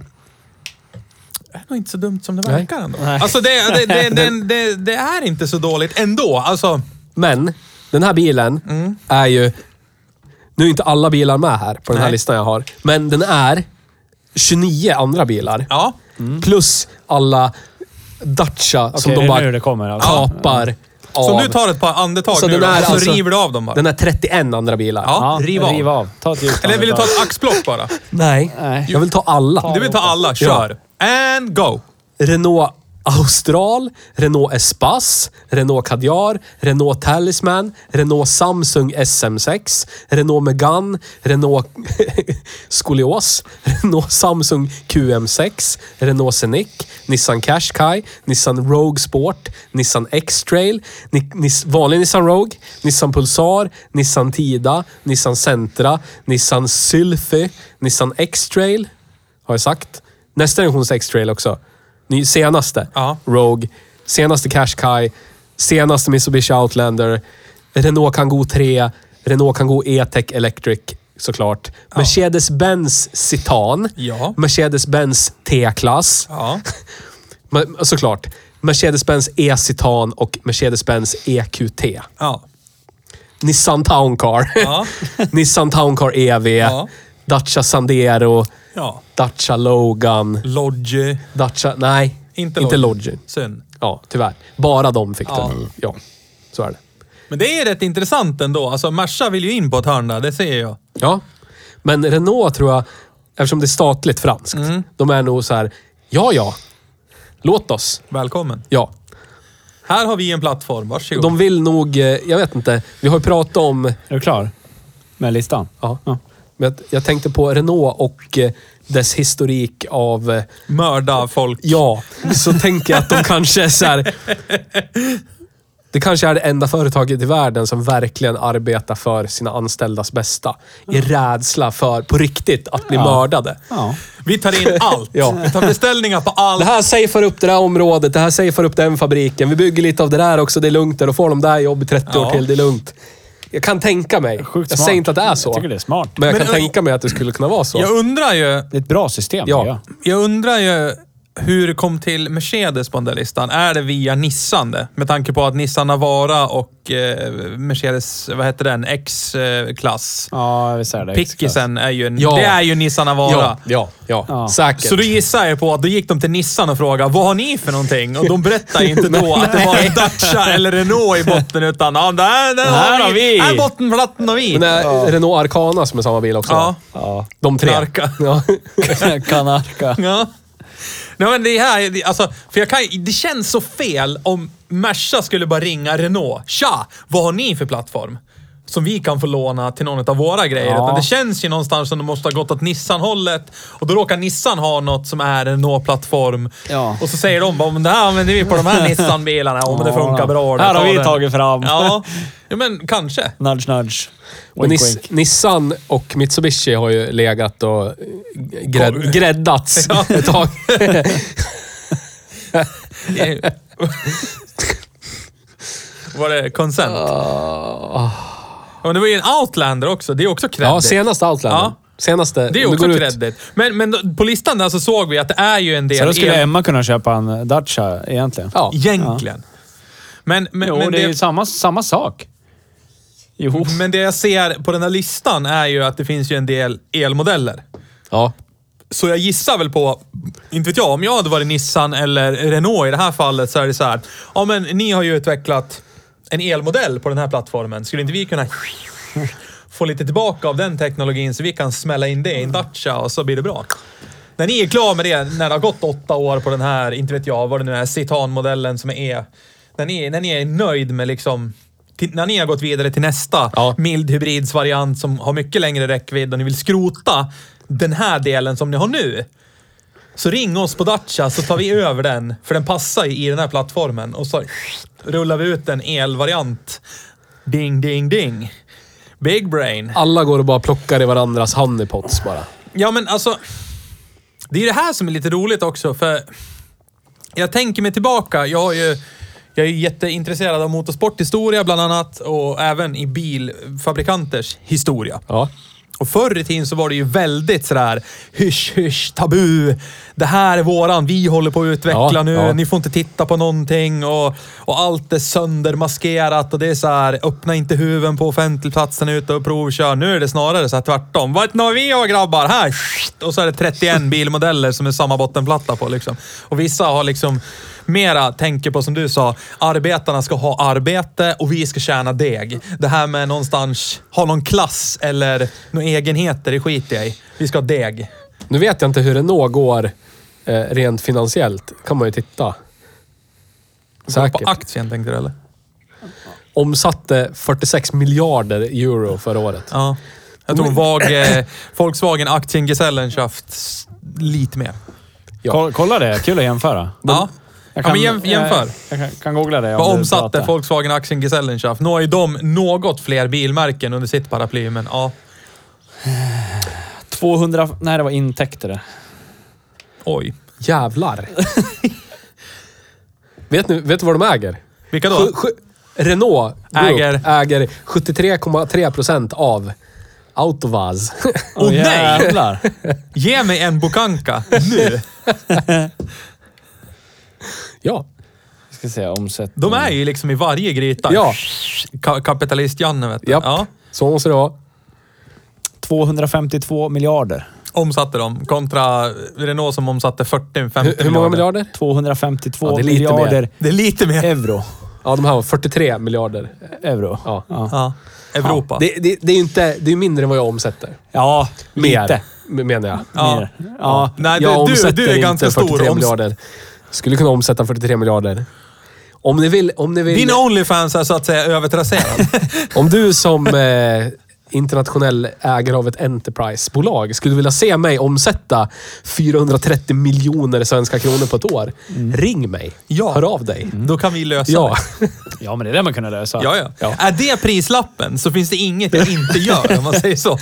Det är nog inte så dumt som det Nej. verkar ändå. Nej. Alltså det, det, det, det, det, det är inte så dåligt ändå. Alltså, Men den här bilen Mm. är ju... Nu är inte alla bilar med här på den här Nej. listan jag har. Men den är tjugonio andra bilar. ja. Plus alla Dacia Okej, som det de är bara nu det kommer. Alltså. kapar av. Så om du tar ett par andetag Så nu den då, är och så alltså- river du av dem bara. Den är trettioen andra bilar. Ja, riv av. riv av. Ta ett djupt Eller vill du ta andetag. ett axplock bara? Nej. Nej. Jag vill ta alla. Du vill ta alla, kör. And go! Renault Austral, Renault Espace, Renault Kadjar, Renault Talisman, Renault Samsung S M sex, Renault Megane, Renault Skolios, Renault Samsung Q M sex, Renault Scenic, Nissan Qashqai, Nissan Rogue Sport, Nissan X-Trail, Ni- Nis- vanlig Nissan Rogue, Nissan Pulsar, Nissan Tida, Nissan Sentra, Nissan Sylphy, Nissan X-Trail, har jag sagt. Nästa generations X-Trail också. Ny, senaste Ja. Rogue, senaste Qashqai, senaste Mitsubishi Outlander, Renault Kangoo tre, Renault Kangoo E-Tech Electric såklart. Mercedes-Benz Citan, Ja. Mercedes-Benz T-klass, Ja. Ma- såklart. Mercedes-Benz E-Citan och Mercedes-Benz E Q T. Ja. Nissan Town Car, Ja. Nissan Town Car E V, Ja. Dacia Sandero, Ja. Dacia Logan, Lodge. Dacia... Nej, Inte inte Lodge. Lodge. Synd. Ja, tyvärr. Bara de fick Ja. den. Ja, så är det. Men det är rätt intressant ändå. Alltså Merca vill ju in på ett hörn där, det ser jag. Ja. Men Renault tror jag, eftersom det är statligt franskt, Mm. de är nog så här, ja, ja. Låt oss. Välkommen. Ja. Här har vi en plattform, varsågod. De vill nog, eh, jag vet inte, vi har ju pratat om, Är du klar med listan? ja. Ja. Men jag- jag tänkte på Renault och eh, dess historik av, eh, Mörda folk. ja, så tänker jag att de kanske är så här. Det kanske är det enda företaget i världen som verkligen arbetar för sina anställdas bästa. I rädsla för, på riktigt, att bli Ja. mördade. Ja. Vi tar in allt. Ja. Vi tar beställningar på allt. Det här safear upp det där området, det här safear upp den fabriken. Vi bygger lite av det där också, det är lugnt. Där. Då får de där jobb i trettio år Ja. till, det är lugnt. Jag kan tänka mig. Sjukt Jag smart. säger inte att det är så. Jag tycker det är smart. Men jag Men- kan tänka mig att det skulle kunna vara så. Jag undrar ju... Det är ett bra system. Ja. tycker jag. Jag undrar ju hur det kom till Mercedes på den där listan. Är det via Nissan det? Med tanke på att Nissan Navara och eh, Mercedes, vad heter den? X-klass. Ja, jag vill säga det. Pickisen är ju en, Ja. det är ju Nissan Navara. Ja, ja, ja, Ja. säkert. Så då gissar jag på att då gick de till Nissan och frågade, vad har ni för någonting? Och de berättade inte då att det var en Dacia eller Renault i botten, utan ja, där, där Här har vi. Här bottenplattan har vi. Men det är Renault Arcana som är samma bil också. Ja. Ja. De tre. Knarka. Ja. Kanarka. Ja. Nej, men det här, det- alltså, för jag kan, det känns så fel om Merca skulle bara ringa Renault. Tja, vad har ni för plattform? Som vi kan få låna till någon av våra grejer. Ja. Utan det känns ju någonstans som de måste ha gått åt Nissan-hållet. Och då råkar Nissan ha något som är en Renault-plattform. Ja. Och så säger de bara, men det här använder vi på de här Nissan-bilarna. Ja, men det funkar bra. Här har Ta vi den. tagit fram. Ja, ja men kanske. Nudge, nudge. Och Wink, Nis- wink. Nissan och Mitsubishi har ju legat och eh, grädd, Kom. gräddats Ja. ett tag. Var det Consent? Ah. Ja, men det var ju en Outlander också. Det är också credit. Ja, senaste Outlander. Ja. Senaste. Det är om du också går ut- credit. Men, men då- på listan där så såg vi att det är ju en del... Så då skulle el- Emma kunna köpa en Dacia egentligen? Ja. Egentligen. Men, men, Jo, men, det är ju det, samma, samma sak. Jo. men det jag ser på den här listan är ju att det finns ju en del elmodeller. Ja. Så jag gissar väl på, inte vet jag, om jag hade varit Nissan eller Renault i det här fallet så är det så här. Ja, men ni har ju utvecklat en elmodell på den här plattformen. Skulle inte vi kunna få lite tillbaka av den teknologin så vi kan smälla in det i en Dacia och så blir det bra. När ni är klara med det, när det har gått åtta år på den här, inte vet jag, vad det nu är, Citan-modellen som är E. När ni, när ni är nöjd med liksom till, när ni har gått vidare till nästa Ja. mild hybridsvariant som har mycket längre räckvidd och ni vill skrota den här delen som ni har nu, så ring oss på Dacia så tar vi över den, för den passar i den här plattformen, och så rullar vi ut en elvariant. Ding, ding, ding. Big brain. Alla går och bara plockar i varandras honeypots bara. Ja, men alltså, det är det här som är lite roligt också, för jag tänker mig tillbaka. Jag har ju, jag är ju jätteintresserad av motorsporthistoria bland annat, och även i bilfabrikanters historia. Ja. Och förr i tiden så var det ju väldigt sådär hysch, hysch, tabu. Det här är våran, vi håller på att utveckla Ja, nu. ja. Ni får inte titta på någonting. Och, och allt är söndermaskerat. Och det är så här, öppna inte huven på offentligplatsen ute och provkör. Nu är det snarare så här tvärtom. Vad är vi har grabbar? Här! Och så är det trettioen bilmodeller som är samma bottenplatta på liksom. Och vissa har liksom mera tänker på, som du sa, arbetarna ska ha arbete och vi ska tjäna deg. Det här med någonstans ha någon klass eller några egenheter, det skiter jag i. Vi ska ha deg. Nu vet jag inte hur det nå går eh, rent finansiellt. Kan man ju titta. Säkert. På aktien tänkte du eller? Omsatte fyrtiosex miljarder euro förra året. Ja. Jag tror Vag, eh, Volkswagen Aktiengesellschaft lite mer. Ja. Kolla, kolla det, kul att jämföra. Ja. Jag Ja, men jäm, jämför. Jag, jag kan, kan googla det. om Vad du omsatte pratar. Volkswagen Aktiengesellschaft? Nu har ju de något fler bilmärken under sitt paraply, men ja. tvåhundra... Nej, det var intäkter det. Oj. Jävlar. vet, ni, vet du vad de äger? Vilka då? Sju, sju, Renault Group Äger- äger sjuttiotre komma tre procent av Autovaz. Åh nej! jävlar. Ge mig en Bukanka nu. Ja. Vi ska se, omsättning. De är ju liksom i varje gryta. Ja. Ka- kapitalist-Janne, vet du. Japp. Ja. Så måste det vara. tvåhundrafemtiotvå miljarder. Omsatte de. Kontra Renault som omsatte fyrtio till femtio Hur, hur många miljarder? tvåhundrafemtiotvå Ja, det är lite miljarder mer. Det är lite mer. euro. Ja, de här var fyrtiotre miljarder. Euro. Ja. Ja, Ja. Europa. Det, det, det är ju inte, det är mindre än vad jag omsätter. ja Mer, lite. m- menar jag. Ja. Mer. Ja. Nej, du, jag du, omsätter du är ganska inte stor. fyrtiotre Oms- miljarder. Skulle kunna omsätta fyrtiotre miljarder. Om ni vill... Om, ni vill, Din Onlyfans är så att säga övertrasserad. om du som eh, internationell ägare av ett Enterprise-bolag skulle vilja se mig omsätta fyrahundratrettio miljoner svenska kronor på ett år, ring mig. Ja. Hör av dig. Då kan vi lösa Ja. det. ja, men det är det man kunde lösa. Ja, ja, Ja. Är det prislappen så finns det inget jag inte gör, om man säger så.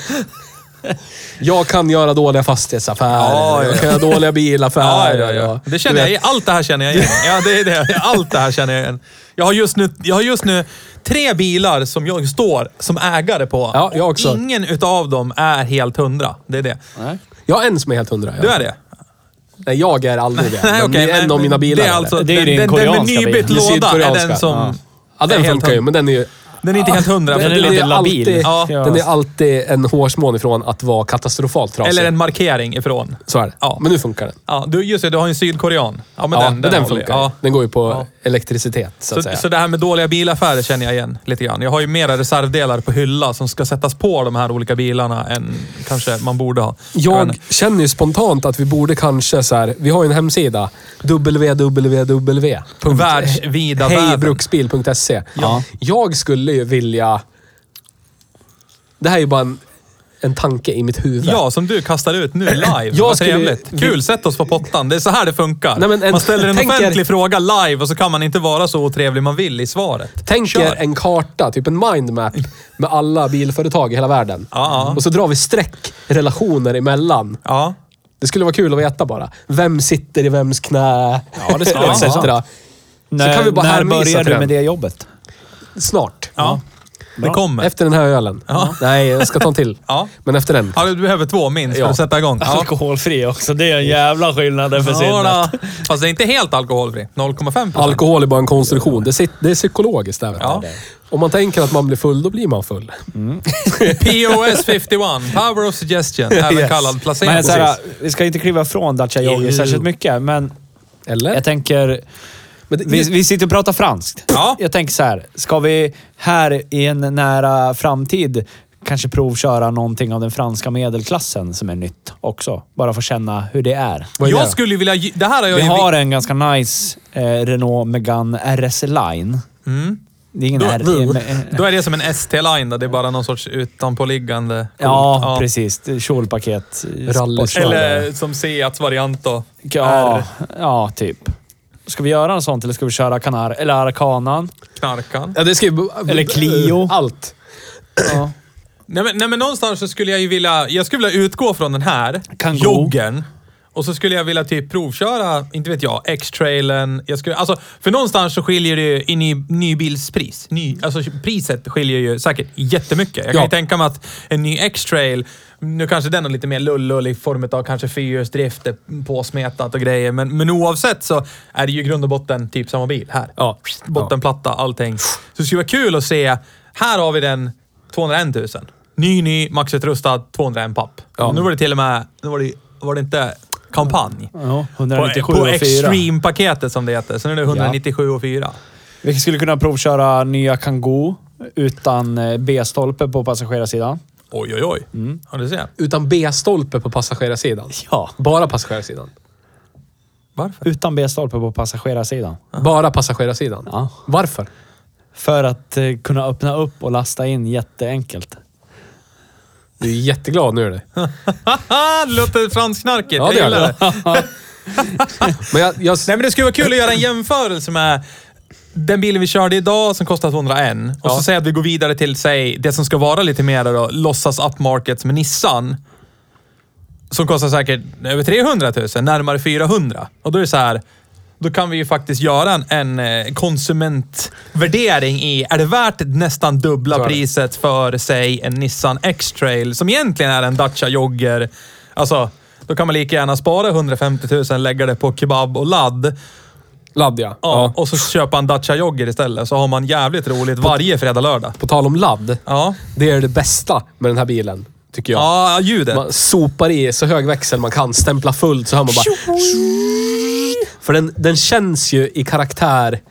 Jag kan göra dåliga fastighetsaffärer. Ja, ja. Jag kan göra dåliga Ja, bilaffärer. ja, ja. Det känner Du jag, vet, allt det här känner jag igen. Ja, det är det. Allt det här känner jag igen. Jag har just nu, jag har just nu tre bilar som jag står som ägare på. Ja, jag Och också. ingen utav dem är helt hundra. Det är det. Nej. Jag har en som är helt hundra. Du är det? Nej, jag är aldrig det. Nej, Men okej, det är en men- av mina bilar. Det är är alltså, Det är den, din den, den med koreanska bil. nybytt Det är låda är sydkoreanska. den som... Ja. Ja, den är helt funkar ju, hund- men den är ju... Den är inte helt hundra. Den är för- lite är labil. alltid, Ja. Den är alltid en hårsmån ifrån att vara katastrofalt trasig. Eller en markering ifrån. Så är det. Ja. Men nu funkar den. Ja, du, just det, du har ju en sydkorean. Ja, men Ja, den, men den, den håller funkar. jag. Ja. Den går ju på Ja. elektricitet, så att Så, säga. så det här med dåliga bilaffärer känner jag igen lite grann. Jag har ju mera reservdelar på hylla som ska sättas på de här olika bilarna än kanske man borde ha. Jag känner ju spontant att vi borde kanske så här. Vi har ju en hemsida. w w w punkt Världsvida världen. hejbruksbil punkt se. Ja. Jag skulle ju vilja... Det här är ju bara en, en tanke i mitt huvud. Ja, som du kastar ut nu live. Jag Vad skulle- trevligt. vi- Kul, sätt oss på pottan. Det är så här det funkar. Nej, men en- man ställer en tänker- offentlig fråga live och så kan man inte vara så otrevlig man vill i svaret. Tänk Kör. er en karta, typ en mindmap med alla bilföretag i hela världen. Ja. Och så drar vi streck-relationer emellan. Ja. Det skulle vara kul att veta bara. Vem sitter i vems knä? Ja, det skulle vara et cetera. När, kan vi bara när hänvisa börjar till du den. med det jobbet? Snart. Ja. Det Bra. kommer. Efter den här ölen. Ja. Nej, jag ska ta en till. Ja. Men efter den. Ja, du behöver två minst för Ja. att sätta igång. Ja. Alkoholfri också. Det är en jävla skillnad för Ja, sinnet. då. Fast det är inte helt alkoholfri. noll komma fem procent. Alkohol är bara en konstruktion. Det är, sit- det är psykologiskt. Där, vet Ja. du. Om man tänker att man blir full, då blir man full. P O S femtioett, Power of Suggestion, även Yes. kallad placebo. Men så här, vi ska inte kliva från Dacia Jogger Jo. särskilt mycket, men Eller? jag tänker... Men det, Vi, vi sitter och pratar franskt. Ja. Jag tänker så här, ska vi här i en nära framtid kanske provköra någonting av den franska medelklassen som är nytt också? Bara för att känna hur det är. Vad är Jag det? skulle vilja... Det här har jag Vi ju... har en ganska nice eh, Renault Megane R S Line. Mm. Det är ingen Då- R. då- med- Då är det som en S T-line då. Det är bara någon sorts utanpåliggande. Ja, Ja. precis. Det är Kjolpaket. Rallyslag. Eller som Seats variant då. Ja, R. ja, typ. Ska vi göra något sånt eller ska vi köra Canar eller Arcanan? Knarkan. Ja, det ska ju... Eller Clio. Allt. Ja. Nej men, nej men någonstans så skulle jag ju vilja... Jag skulle vilja utgå från den här Kangoo. joggen. Och så skulle jag vilja typ provköra, inte vet jag, X-trailen. Jag skulle, alltså, för någonstans så skiljer det ju i ny, nybilspris. Ny, alltså priset skiljer ju säkert jättemycket. Jag kan Ja. ju tänka mig att en ny X-trail, nu kanske den är lite mer lullull i form av kanske fyrhjulsdrift, påsmetat och grejer. Men, men oavsett så är det ju i grund och botten typ samma bil. Här. Ja. Bottenplatta, allting. Så det skulle vara kul att se, här har vi den tvåhundraett tusen. Ny, ny, maxutrustad, tvåhundraett papp. Ja. Nu var det till och med, nu var det, var det inte kampanj. Ja, På, etthundranittiosju på och fyra. Extreme-paketet som det heter. Så nu är det etthundranittiosju och fyra. Vi skulle kunna provköra nya Kangoo utan eh, B-stolpe på passagerarsidan. Oj, oj, oj. Mm. Ja, du ser. Utan B-stolpe på passagerarsidan. Ja. Bara passagerarsidan. Varför? Utan B-stolpe på passagerarsidan. Bara passagerarsidan. Ja. Varför? För att eh, kunna öppna upp och lasta in jätteenkelt. Du är jätteglad nu är det. Haha, det låter franskknarkigt. Ja, Jag det gör gillar det. det. Men jag... jag Nej, men det skulle vara kul att göra en jämförelse med den bilen vi körde idag som kostar tvåhundraett. Och Ja. så säger att vi går vidare till, säg, det som ska vara lite mer då, låtsas upmarket med Nissan. Som kostar säkert över trehundratusen, närmare fyrahundra. Och då är det så här, då kan vi ju faktiskt göra en, en eh, konsumentvärdering i, är det värt nästan dubbla Så är det. priset för, säg, en Nissan X-Trail som egentligen är en Dacia Jogger. Alltså, då kan man lika gärna spara hundrafemtio tusen, lägga det på kebab och ladd. Ladd, ja. Ja, och så köpa en Dacia Jogger istället. Så har man jävligt roligt varje fredag, lördag. På tal om ladd. Ja, Det är det bästa med den här bilen, tycker jag. ja ljudet. Man sopar i så hög växel man kan, stämpla fullt, så hör man bara... För den, den känns ju i karaktär...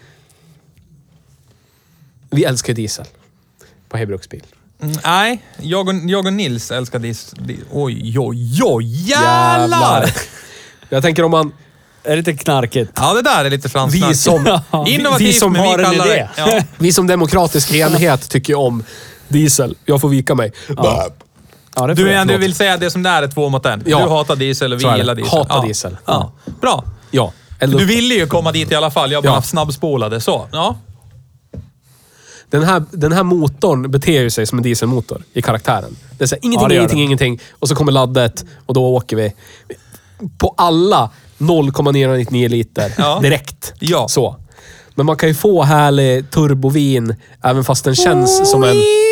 Vi älskar ju diesel. På Hebruksbil. Mm, nej, jag och, jag och Nils älskar dis... dis oj, oj, oj, jävlar! Jag tänker om man... Är det lite knarkigt? Ja, det där är lite franskt. Vi som, Innovativt, vi som men vi har en kallar idé. det... Ja. Vi som demokratisk enhet tycker ju om diesel. Jag får vika mig. Ja, det får Du, jag. är, du vill säga det som det är, är två mot en. Ja. Du hatar diesel och vi Så är det. gillar diesel. Hatar ja. diesel. Ja. Bra. Ja. Eller, Du ville ju komma dit i alla fall. Jag bara Ja. snabbspolade. Så, ja. den, här, den här motorn beter ju sig som en dieselmotor i karaktären. Det är så här, ingenting, Ja, det gör ingenting, det. ingenting. Och så kommer laddet och då åker vi. På alla noll komma niohundranittionio liter Ja. direkt. Ja. Så. Men man kan ju få härlig turbovin även fast den känns som en...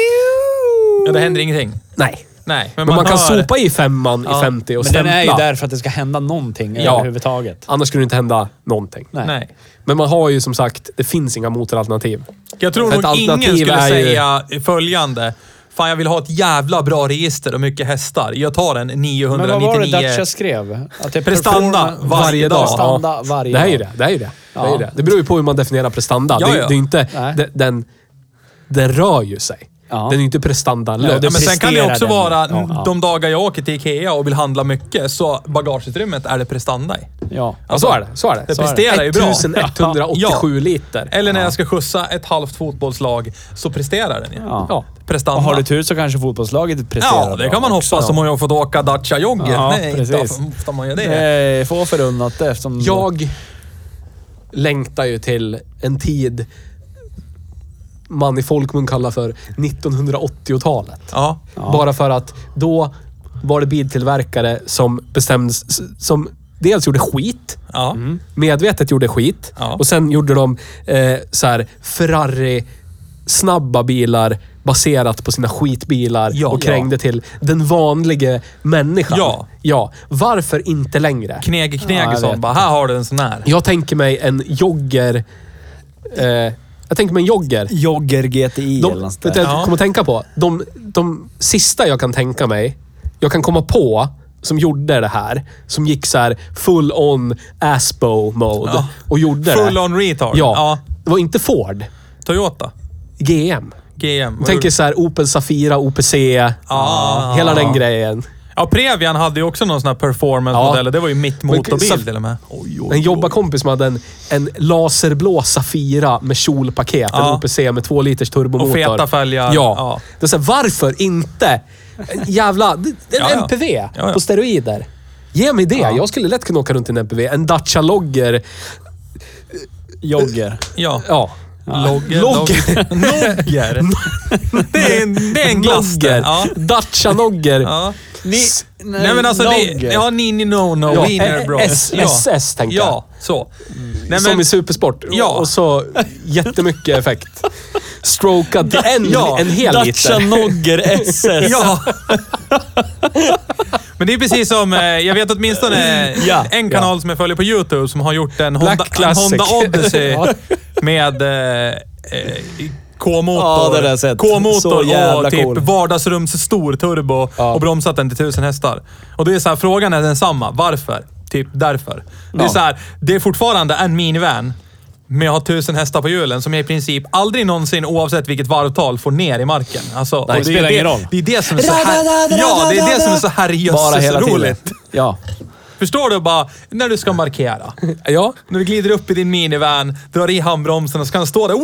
Ja, det händer ingenting. Nej. Nej, Men man, kan hör- sopa i femman Ja, i femtio och Men den stämpla. är ju där för att det ska hända någonting Ja. överhuvudtaget. Annars skulle det inte hända någonting. Nej. Nej. Men man har ju som sagt, det finns inga motoralternativ. Jag tror För ett nog ingen alternativ skulle är ju- säga följande. Fan, jag vill ha ett jävla bra register och mycket hästar. Jag tar en Men niohundranittio. vad var det Dacia skrev? Att det är Prestanda performa- varje dag. Prestanda varje Det här är ju dag. det. Det, här är ju det. Det, är ju Ja. det. det beror ju på hur man definierar prestanda. Ja, det, är- ja. det är ju inte... Nej. det- Den, den rör ju sig. Ja. Den är ju inte prestandalös. Ja, det Ja, men sen kan det presterar också den. vara Ja, ja. de dagar jag åker till Ikea och vill handla mycket, så bagageutrymmet är det prestanda i. Ja. Ja, så är det. Så är det. Det så är presterar ju bra. etthundraåttiosju liter. Eller när jag ska skjutsa ett halvt fotbollslag så presterar den ju. Ja. Ja. Prestanda. Och har du tur så kanske fotbollslaget presterar Ja, det bra kan man också. hoppas om man har fått åka Dacia Jogger. Ja, Nej, precis. inte ofta man gör det. Det är få förunnat det eftersom... Jag längtar ju till en tid man i folkmun kallar för nittonhundraåttiotalet. Ja. Ja. Bara för att då var det biltillverkare som bestämdes, som dels gjorde skit, Ja. medvetet gjorde skit, Ja. och sen gjorde de eh, så här Ferrari snabba bilar baserat på sina skitbilar Ja. och krängde till den vanliga människan. Ja. Ja. Varför inte längre? Kneg, Ja, kneg jag och sånt. vet. Bara, här har du en sån här. Jag tänker mig en jogger... Eh, jag tänker mig en jogger. Jogger G T I De, eller något vet du, där. jag Ja. kommer att tänka på. De, de sista jag kan tänka mig, jag kan komma på, som gjorde det här. Som gick så här full on aspo mode. Ja. Och gjorde Full det. on retard. Ja. Ja. Det var inte Ford. Toyota. G M. G M. Jag tänker så här Opel Safira, O P C. Ah. Hela den grejen. Ja, Previan hade ju också någon sån här performance-modell. Ja. Det var ju mitt motorbil till och med. Oj, oj, En jobbarkompis som hade en, en laserblå Safira med kjolpaket. Ja. En O P C med två liters turbomotor. Och feta fälgar. Ja. Ja. Det är så här, varför inte? En jävla... Det, det är en Ja, ja. M P V Ja, ja. på steroider. Ge mig det. Jag skulle lätt kunna åka runt i en M P V. En Dacia Logger. Jogger. Ja. Ja. Logger. Logger. Logger. Det är en, det är en glass där. Nogger. Ja. Dacia Nogger. Ja. Ni, Nej men alltså, det, Nogger. ja, Nini No No, Ja, Wiener Bros. S- Ja. S S tänkte jag. Ja, så. Nej, Som men, i Supersport. Ja. Och så jättemycket effekt. Strokad till en, Ja. en hel Dacia liter. Nogger S S. ja. Men det är precis som, eh, jag vet åtminstone Ja. en kanal som jag följer på YouTube som har gjort en Honda, Black en Classic. Honda Odyssey Ja. med eh, eh, K-motor, Ja, det har jag sett. Så K-motor jävla och typ cool. vardagsrums stor turbo Ja. och bromsat den till tusen hästar. Och det är så här, frågan är densamma. Varför? Typ därför. Det är Ja. så här, det är fortfarande en minivan med att ha tusen hästar på hjulen som jag i princip aldrig någonsin, oavsett vilket varvtal, får ner i marken. Alltså, och det spelar är det, ingen roll. Det är det som är så här, ja, det är det som är så här Bara hela tiden. roligt. Ja. Förstår du bara, när du ska markera. Ja. När du glider upp i din minivan, drar i handbromsen och så kan han stå där.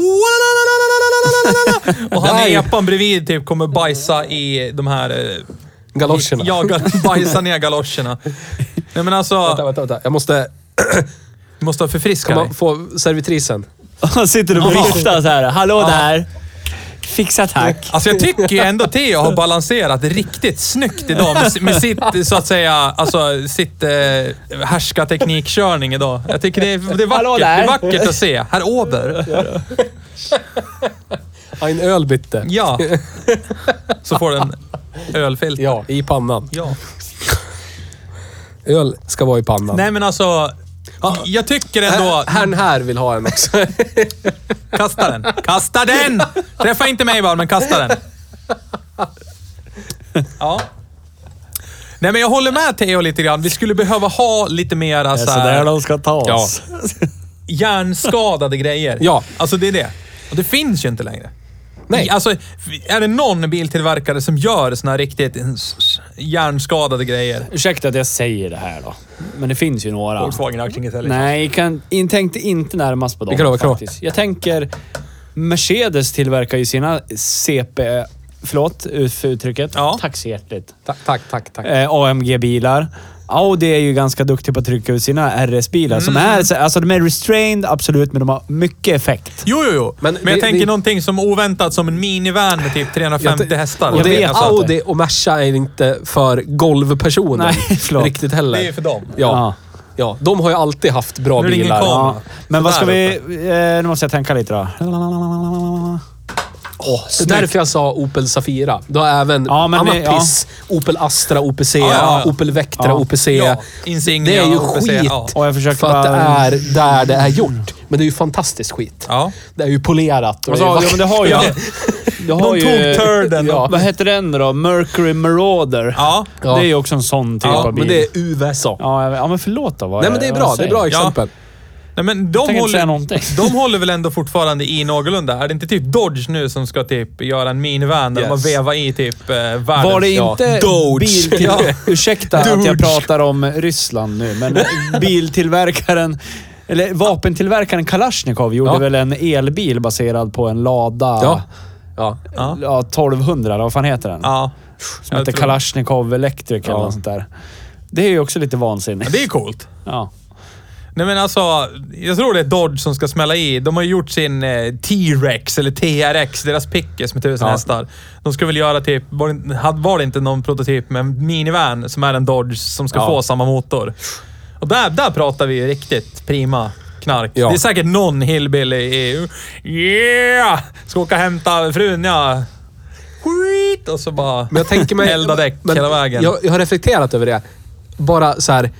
Och han Nej. i epan bredvid typ kommer bajsa i de här... eh, Galoscherna. Ja, ga- bajsa ner galoscherna. Nej men alltså, Vänta, vänta, vänta. Jag måste... du måste ha förfriska Kan dig. man få servitrisen? Han sitter och viftar så här. Hallå där. Fixa tack. Alltså jag tycker ju ändå Theo har balanserat riktigt snyggt idag med, med sitt, så att säga, alltså sitt eh, härskarteknikkörning idag. Jag tycker det är, det är Hallå vackert. där. Det är vackert att se. Herr Ober. En öl bitte. Ja. Så får du en ölfilter. Ja, i pannan. Ja. Öl ska vara i pannan. Nej men alltså, jag tycker ändå... Herrn här vill ha en också. Kasta den. Kasta den! Träffa inte mig bara, men kasta den. Ja. Nej men jag håller med Theo lite grann. Vi skulle behöva ha lite mera Det är så så där här, de ska ta Ja. oss. hjärnskadade grejer. Ja. Alltså det är det. Och det finns ju inte längre. Nej. Alltså, är det någon biltillverkare som gör såna här riktigt hjärnskadade grejer? Ursäkta att jag säger det här då. Men det finns ju några. Volkswagen Aktiengesellschaft. Nej, jag kan, jag tänkte inte närmast på dem. Vilka då, vilka då? faktiskt. Jag tänker... Mercedes tillverkar ju sina C P... Förlåt för uttrycket. Ja. Tack så hjärtligt. Tack, tack, tack. tack. Eh, A M G-bilar. Audi är ju ganska duktig på att trycka ut sina R S-bilar. Som är, så- alltså de är restrained, absolut, men de har mycket effekt. Jo, jo, jo. Men, Men jag det- tänker det- någonting som oväntat som en minivan med typ trehundrafemtio Jag- hästar. Och jag det vet är alltså Audi och Merca är inte för golvpersoner. Nej, förlåt. Riktigt heller. Det är för dem. Ja. Ja, de har ju alltid haft bra Nu är det ingen bilar. kamera. Ja. Men vad ska Sådär vi... Eh, nu måste jag tänka lite då. Oh, det är därför jag sa Opel Zafira. Du har även Ja, men annat det- ja. piss. Opel Astra, O P C, Ja, ja, ja. Opel Vectra, Ja. O P C. Ja, Insignia, det är ju O P C, skit. ja. Och jag försöker För att det bara- är där det är gjort. Men det är ju fantastiskt skit. Ja. Det är ju polerat. Och Alltså, det är ja, men det har ju... Ja. Det har De ju... tog turden. Ja. Vad heter den då? Mercury Marauder. Ja. Ja. Det är ju också en sån typ Ja, av bil. men det är U S A. Ja, jag- ja, men förlåt då. Vad Nej, men det är vad bra. jag Det är bra säger. exempel. Nej, men de tänker inte säga håller, någonting. de håller väl ändå fortfarande i någorlunda. Är det inte typ Dodge nu som ska typ göra en minivan där Yes. man vevar i typ eh, världens... Var det Ja. inte Doge. bil till... Ja. Ursäkta att jag Doge. pratar om Ryssland nu, men biltillverkaren... Eller vapentillverkaren Kalashnikov gjorde Ja. väl en elbil baserad på en Lada... Ja. Ja. Ja. Ja, tolvhundra, vad fan heter den? Ja. Som jag heter tror- Kalashnikov Electric eller Ja. något sånt där. Det är ju också lite vansinnigt. Ja, det är coolt. Ja. Nej men alltså, jag tror det är Dodge som ska smälla i. De har ju gjort sin eh, T-Rex eller T R X, deras pickers med tusen Ja. hästar. De ska väl göra typ, var det, hade- var det inte någon prototyp med en minivan som är en Dodge som ska Ja. få samma motor? Och där, där pratar vi ju riktigt prima knark. Ja. Det är säkert någon hillbilly i yeah! Ska åka och hämta frun, ja. Skit! Och så bara Men jag tänker mig... elda däck men hela vägen. Jag, jag har reflekterat över det. Bara så här...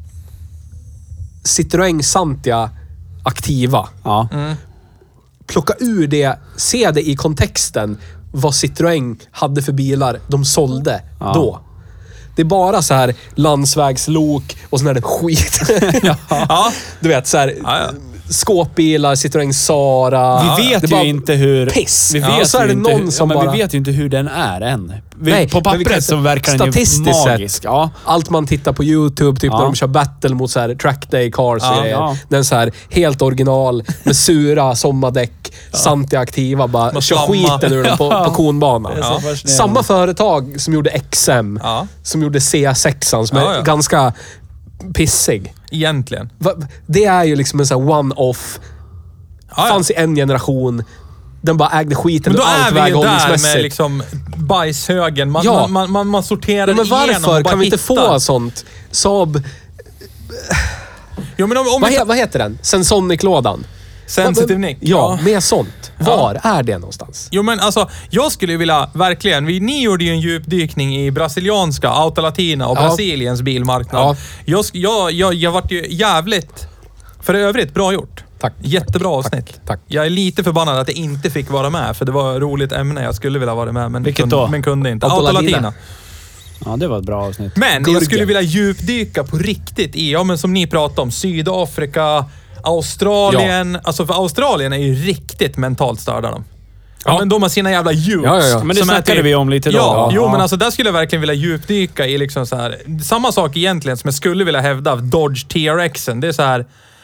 Citroën Santia aktiva. Ja. Plocka ur det, se det i kontexten. Vad Citroën hade för bilar de sålde Ja. då. Det är bara så här landsvägslok och sån här skit. Ja. Du vet, så här Ja, ja. skåpbilar, Citroën Sara. Vi vet Det är ju bara inte hur... piss. Vi Ja, vet så är ju det inte, någon hur- som ja, men bara- vi vet ju inte hur den är än. Vi, Nej, på men vi kan pappret så säga- verkar den ju statistiskt magisk. sett. Ja. Allt man tittar på YouTube, typ Ja. när de kör battle mot så här trackday cars och Ja, grejer. ja. Den så här helt original med sura sommardäck, Santi-aktiva, bara Man kör slammar. skiten ur den på, på konbanan. Det är så Ja. fascinerande. Samma företag som gjorde X M, Ja. som gjorde C sex, som är Ja, ja. ganska pissig. Egentligen. Va- Det är ju liksom en sån här one-off. Ja, ja. Fanns i en generation. Den bara ägde skiten Men då ur allt är vi ju där väghållningsmässigt. med liksom bajshögen. Man, Ja. man, man, man, man sorterar Men igenom varför och bara kan vi inte hittar. få sånt? Saab... Jo, men om, om Vad, vi he, tar vad heter den? Sensonic-lådan? Sensitive Nick. Ja, med sånt. Var är det någonstans? Jo, men alltså, jag skulle ju vilja, verkligen, vi, ni gjorde ju en djupdykning i brasilianska, Auto Latina och Ja. Brasiliens bilmarknad. Ja. Jag, sk- jag, jag, jag vart ju jävligt, för övrigt, bra gjort. Tack. Jättebra avsnitt. Tack, tack. Jag är lite förbannad att jag inte fick vara med, för det var ett roligt ämne. Jag skulle vilja vara med, men, Vilket kunde, då? men kunde inte. Auto Auto Latina. Latina. Ja, det var ett bra avsnitt. Men Gurgen. jag skulle vilja djupdyka på riktigt i, ja men som ni pratade om, Sydafrika, Australien. Alltså för Australien är ju riktigt mentalt störda de. Ja, Ja. men de har sina jävla youths. Ja, ja, ja. Men det som är snackade typ- vi om lite då. Ja, Ja. jo Ja. men alltså där skulle jag verkligen vilja djupdyka i liksom så här. Samma sak egentligen som jag skulle vilja hävda av Dodge T R Xen. Det är så här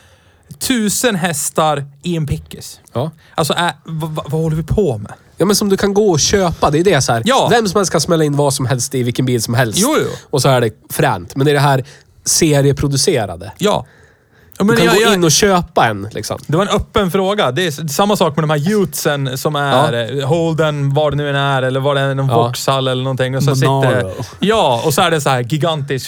tusen hästar i en pickis. Ja. Alltså äh, vad, vad, vad håller vi på med? Ja, men som du kan gå och köpa. Det är det så här. Ja. Vem som helst kan smälla in vad som helst i vilken bil som helst. Jo, jo. Och så är det fränt. Men det är det här serieproducerade. Ja. Ja, Du men kan jag- gå jag- in och köpa en liksom. Det var en öppen fråga. Det är samma sak med de här youthsen som är eh, Holden, vad det nu än är, eller vad det är, någon Ja. Vauxhall eller någonting. Och så Monaro. sitter det, ja, och så är det så här gigantisk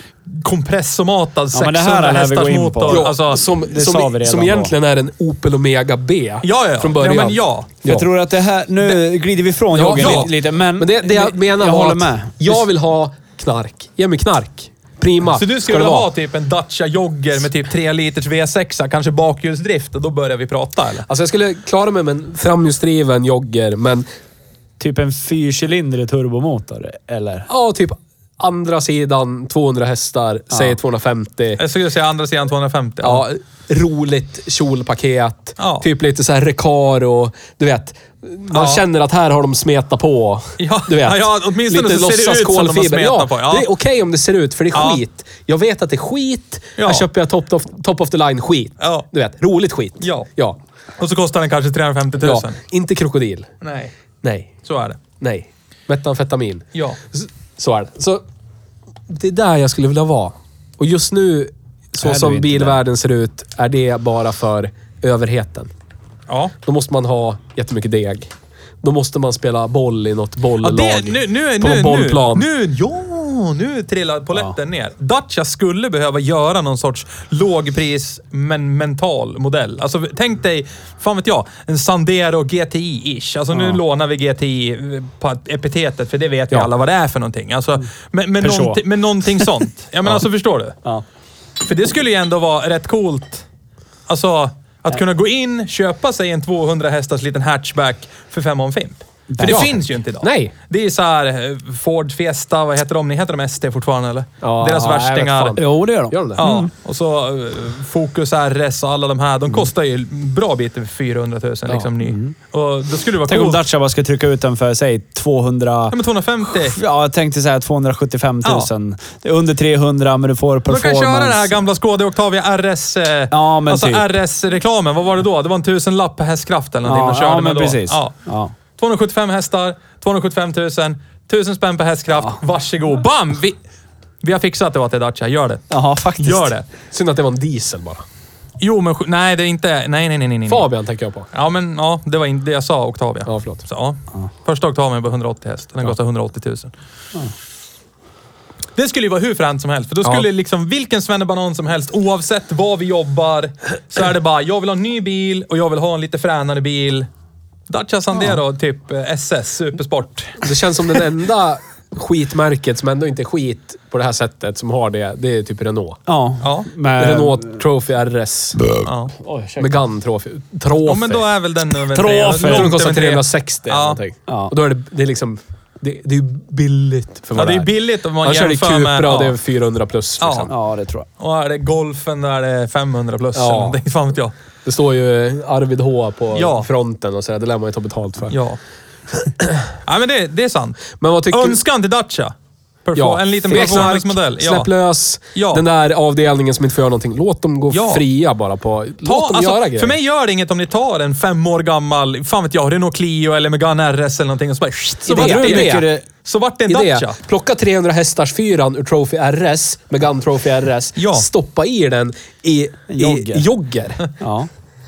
kompressomatad Ja, men det här sexhundra lär vi gå hästars in på. motor. Ja, Alltså, som, det sa vi som, redan som då. egentligen är en Opel Omega B. ja, ja. Från början. Ja, men ja. Jag Ja. tror att det här... Nu glider vi ifrån Ja, joggen ja. lite, lite, men... Men det, det jag menar jag var håller att med. jag vill ha knark. Ge mig knark. Prima. Så du ska skulle det vilja vara. ha typ en Dacia Jogger med typ tre liters V sex, kanske bakhjulsdrift, och då börjar vi prata eller? Alltså jag skulle klara mig med en framhjulsdriven jogger, men Typ en fyrcylindrig turbomotor, eller? ja, typ andra sidan tvåhundra hästar, säg tvåhundrafemtio. Jag skulle säga andra sidan tvåhundrafemtio. Ja, roligt kjolpaket. Ja. Typ lite så här Recaro. Du vet, man Ja. känner att här har de smetat på. Ja, Du vet. ja, ja, åtminstone lite så ser det låtsas ut som de har kolfiber. smetat ja, på. Ja. Det är okej om det ser ut, för det är Ja. skit. Jag vet att det är skit. Ja. Här köper jag top of, top of the line skit. Ja. Du vet, roligt skit. Ja. Ja. Och så kostar den kanske trehundrafemtio ja. tusen. Inte krokodil. Nej, Nej. så är det. Nej. Metamfetamin. Ja. Så, så är det. Så det är där jag skulle vilja vara. Och just nu, så Är du som inte bilvärlden ser ut, är det bara för överheten. Ja. Då måste man ha jättemycket deg. Då måste man spela boll i något Ja, bolllag. det, nu, nu, på nu, någon bollplan. Nu, nu, ja, nu trillar polletten ner. Dacia skulle behöva göra någon sorts lågpris men mental modell. Alltså tänk dig, fan vet jag, en Sandero G T I-ish. Alltså nu Ja. lånar vi G T I på epitetet, för det vet vi Ja. alla vad det är för någonting. Alltså, men, men, Peugeot. någonting, men någonting sånt. Ja, men Ja. alltså förstår du? Ja. För det skulle ju ändå vara rätt coolt. Alltså, att kunna gå in, köpa sig en tvåhundra hästars liten hatchback för fem om fimp. För det Ja. finns ju inte idag. Nej. Det är så här eh, Ford Fiesta, vad heter de? Ni heter de S T fortfarande eller? Ja, Deras ja, jag vet värstingar. fan. Jo, det gör de. Gör de det? Ja, och så uh, Focus R S och alla de här. De kostar ju bra bit över fyrahundratusen liksom ny. Och då skulle det vara Tänk om coolt. Dacia bara ska trycka ut den för, säg, tvåhundra... Ja, men tvåhundrafemtio. Ja, jag tänkte säga tvåhundrasjuttiofem tusen. Det är under trehundra, men du får Du performance. kan köra den här gamla Skoda Octavia R S. Eh, Ja, men alltså typ. R S-reklamen. Vad var det då? Det var en tusenlapp per hästkraft eller någonting Ja, de körde ja med men då. precis. Ja. Ja. tvåhundrasjuttiofem hästar, tvåhundrasjuttiofem tusen, tusen spänn per hästkraft. Varsågod. Bam! Vi, vi har fixat det åt det Dacia. Gör det. Jaha, faktiskt. Gör det. Synd att det var en diesel bara. Jo, men sj- nej, det är inte... Nej, nej, nej, nej. nej. Fabian tänker jag på. Ja, men ja, det var inte det jag sa, Octavia. Ja, förlåt. Så, ja. Första Octavian var hundraåttio häst. Den kostar hundraåttio tusen. Det skulle ju vara hur fränt som helst. För då skulle Ja. liksom vilken svennebanan som helst, oavsett var vi jobbar, så är det bara, jag vill ha en ny bil och jag vill ha en lite fränare bil. Dacia Sandero, typ eh, S S, Supersport. Det känns som den enda skitmärket som ändå inte är skit på det här sättet som har det, det är typ Renault. Ja. Ja. Med... Renault Trophy R S. Ja. Oj, ursäkta. Megane Trophy. Trophy. Ja, men då är väl den över Trophy. tre- Jag tror den långt kostar över tre. trehundrasextio eller Ja. någonting. Ja. Och då är det, det är liksom... Det, det är ju billigt för Ja, vad det är är. billigt om man Man kör i jämför med... Cupra och det är Ja. fyrahundra plus. Ja. Liksom. Ja, det tror jag. Och är det Golfen, där är det femhundra plus. Ja. eller någonting. Fan vet jag. Det står ju Arvid H på Ja. fronten och sådär. Det lär man ju ta betalt för. Ja. Ja, men det, det är sant. Men vad tycker Önskan till Dacia. Perfor- Ja, en liten Fexmark, performance-modell. Ja. Släpp lös Ja. den där avdelningen som inte får göra någonting. Låt dem gå Ja. fria bara på... Ta, Låt dem alltså, göra grejer. för mig gör det inget om ni tar en fem år gammal, fan vet jag, Renault Clio eller Megane R S eller någonting och så bara... Så Idé, vart det, idé. det, så vart det en Idé. Dacia. Plocka trehundra hästars fyran ur Trophy R S, Megane Trophy R S. Ja. Stoppa i den i, i Jogger. jogger. Ja.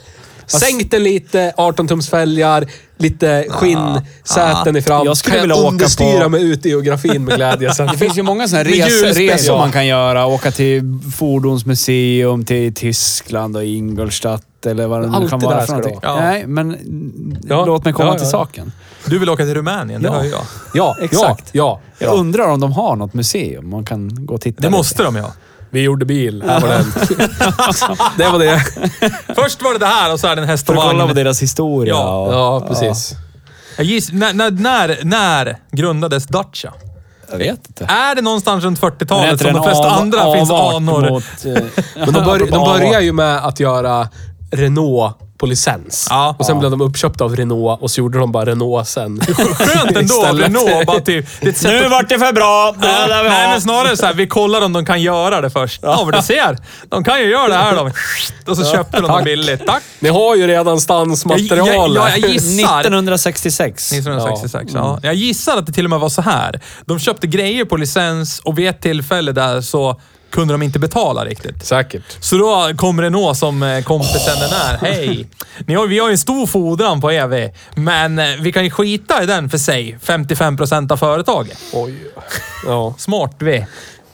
Sänk den lite, arton tums fälgar, lite skinnsäten i fram. Jag skulle Kan vilja åka understyra på- mig ut i geografin med glädje sen. Det finns ju många sådana Med res- ljusspel, resor ja. man kan göra. Åka till fordonsmuseum, till Tyskland och Ingolstadt eller vad det nu Allt kan det vara där för ska någonting. det vara. Ja. Nej, men Ja. låt mig komma Ja, ja. till saken. Du vill åka till Rumänien, det Ja. hör jag. Ja, Exakt. Ja, ja, Jag ja. undrar om de har något museum man kan gå och titta Det lite. måste de ja. Vi gjorde bil. Det var, den. det, var det. Först var det det här och så är det en häst För och att kolla på vagn. deras historia. Ja. och- Ja, precis. Jag giss, när, när, när, när grundades Dacia? Jag vet inte. Är det någonstans runt Men fyrtiotalet heter som den de flesta av- andra finns avart anor? Mot, eh, Men de, bör, de apropå börjar avart. ju med att göra Renault på licens. Ja. Och sen Ja. blev de uppköpta av Renault och så gjorde de bara Renault sen. Skönt ändå, Istället. Renault bara typ... Det är ett sätt Nu att- vart det för bra! Det Ja, där vi nej, har. men snarare så här, vi kollar om de kan göra det först. Ja, men du ser. De kan ju göra det här då. Och så köpte de dem Tack. billigt. Tack. Ni har ju redan stansmaterial. Jag- jag- jag- jag gissar- nittonhundrasextiosex. nittonhundrasextiosex, ja. Jag gissar att det till och med var så här. De köpte grejer på licens och vid ett tillfälle där så kunde de inte betala riktigt. Säkert. Så då kom Renault som eh, kompisen den är. Hej! Ni har, vi har ju en stor fordran på E V, men eh, vi kan ju skita i den för sig. femtiofem procent av företaget. Oj. Ja. Smart vi.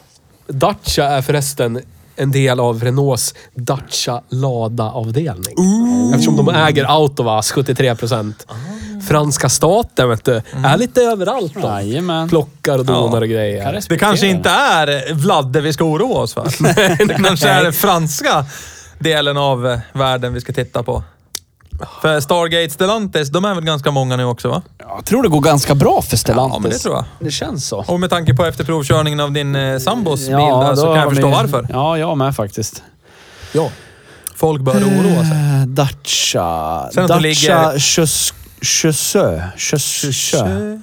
Dacia är förresten en del av Renaults Dacia Lada-avdelning. Eftersom de äger Autovas, sjuttiotre procent. Franska staten, vet du, är lite överallt då. Jajamän. Plockar och donar Ja. och grejer. Kan Det kanske inte är Vladde vi ska oroa oss för. Det kanske är den franska delen av eh, världen vi ska titta på. För Stargate Stellantis, de är väl ganska många nu också va? Jag tror det går ganska bra för Stellantis. Ja, men det tror jag. Det känns så. Och med tanke på efter provkörningen av din eh, sambos bil där, då så kan har jag förstå vi- varför. Ja, jag med faktiskt. Ja. Folk bör oroa sig. Eh, Dacia... Sen att de Dacia ligger- Chassö. Chassö.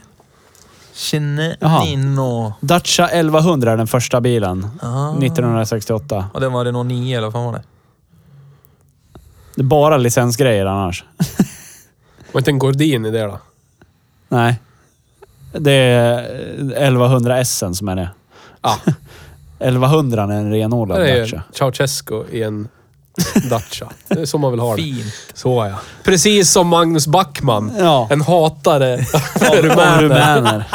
Jaha. Nino. Dacia elvahundra är den första bilen. Ah. nittonhundrasextioåtta. Och den var Renault nio eller vad fan var det? Det är bara licensgrejer annars. Var inte en Gordin i det då? Nej. Det är elvahundra S som är det. Ja. elvahundra är en renodlad Det är Dacia. Ceausescu i en Dacia. Det är så man vill ha det. Fint. Så ja. Precis som Magnus Backman. Ja. En hatare av Av rumäner. rumäner.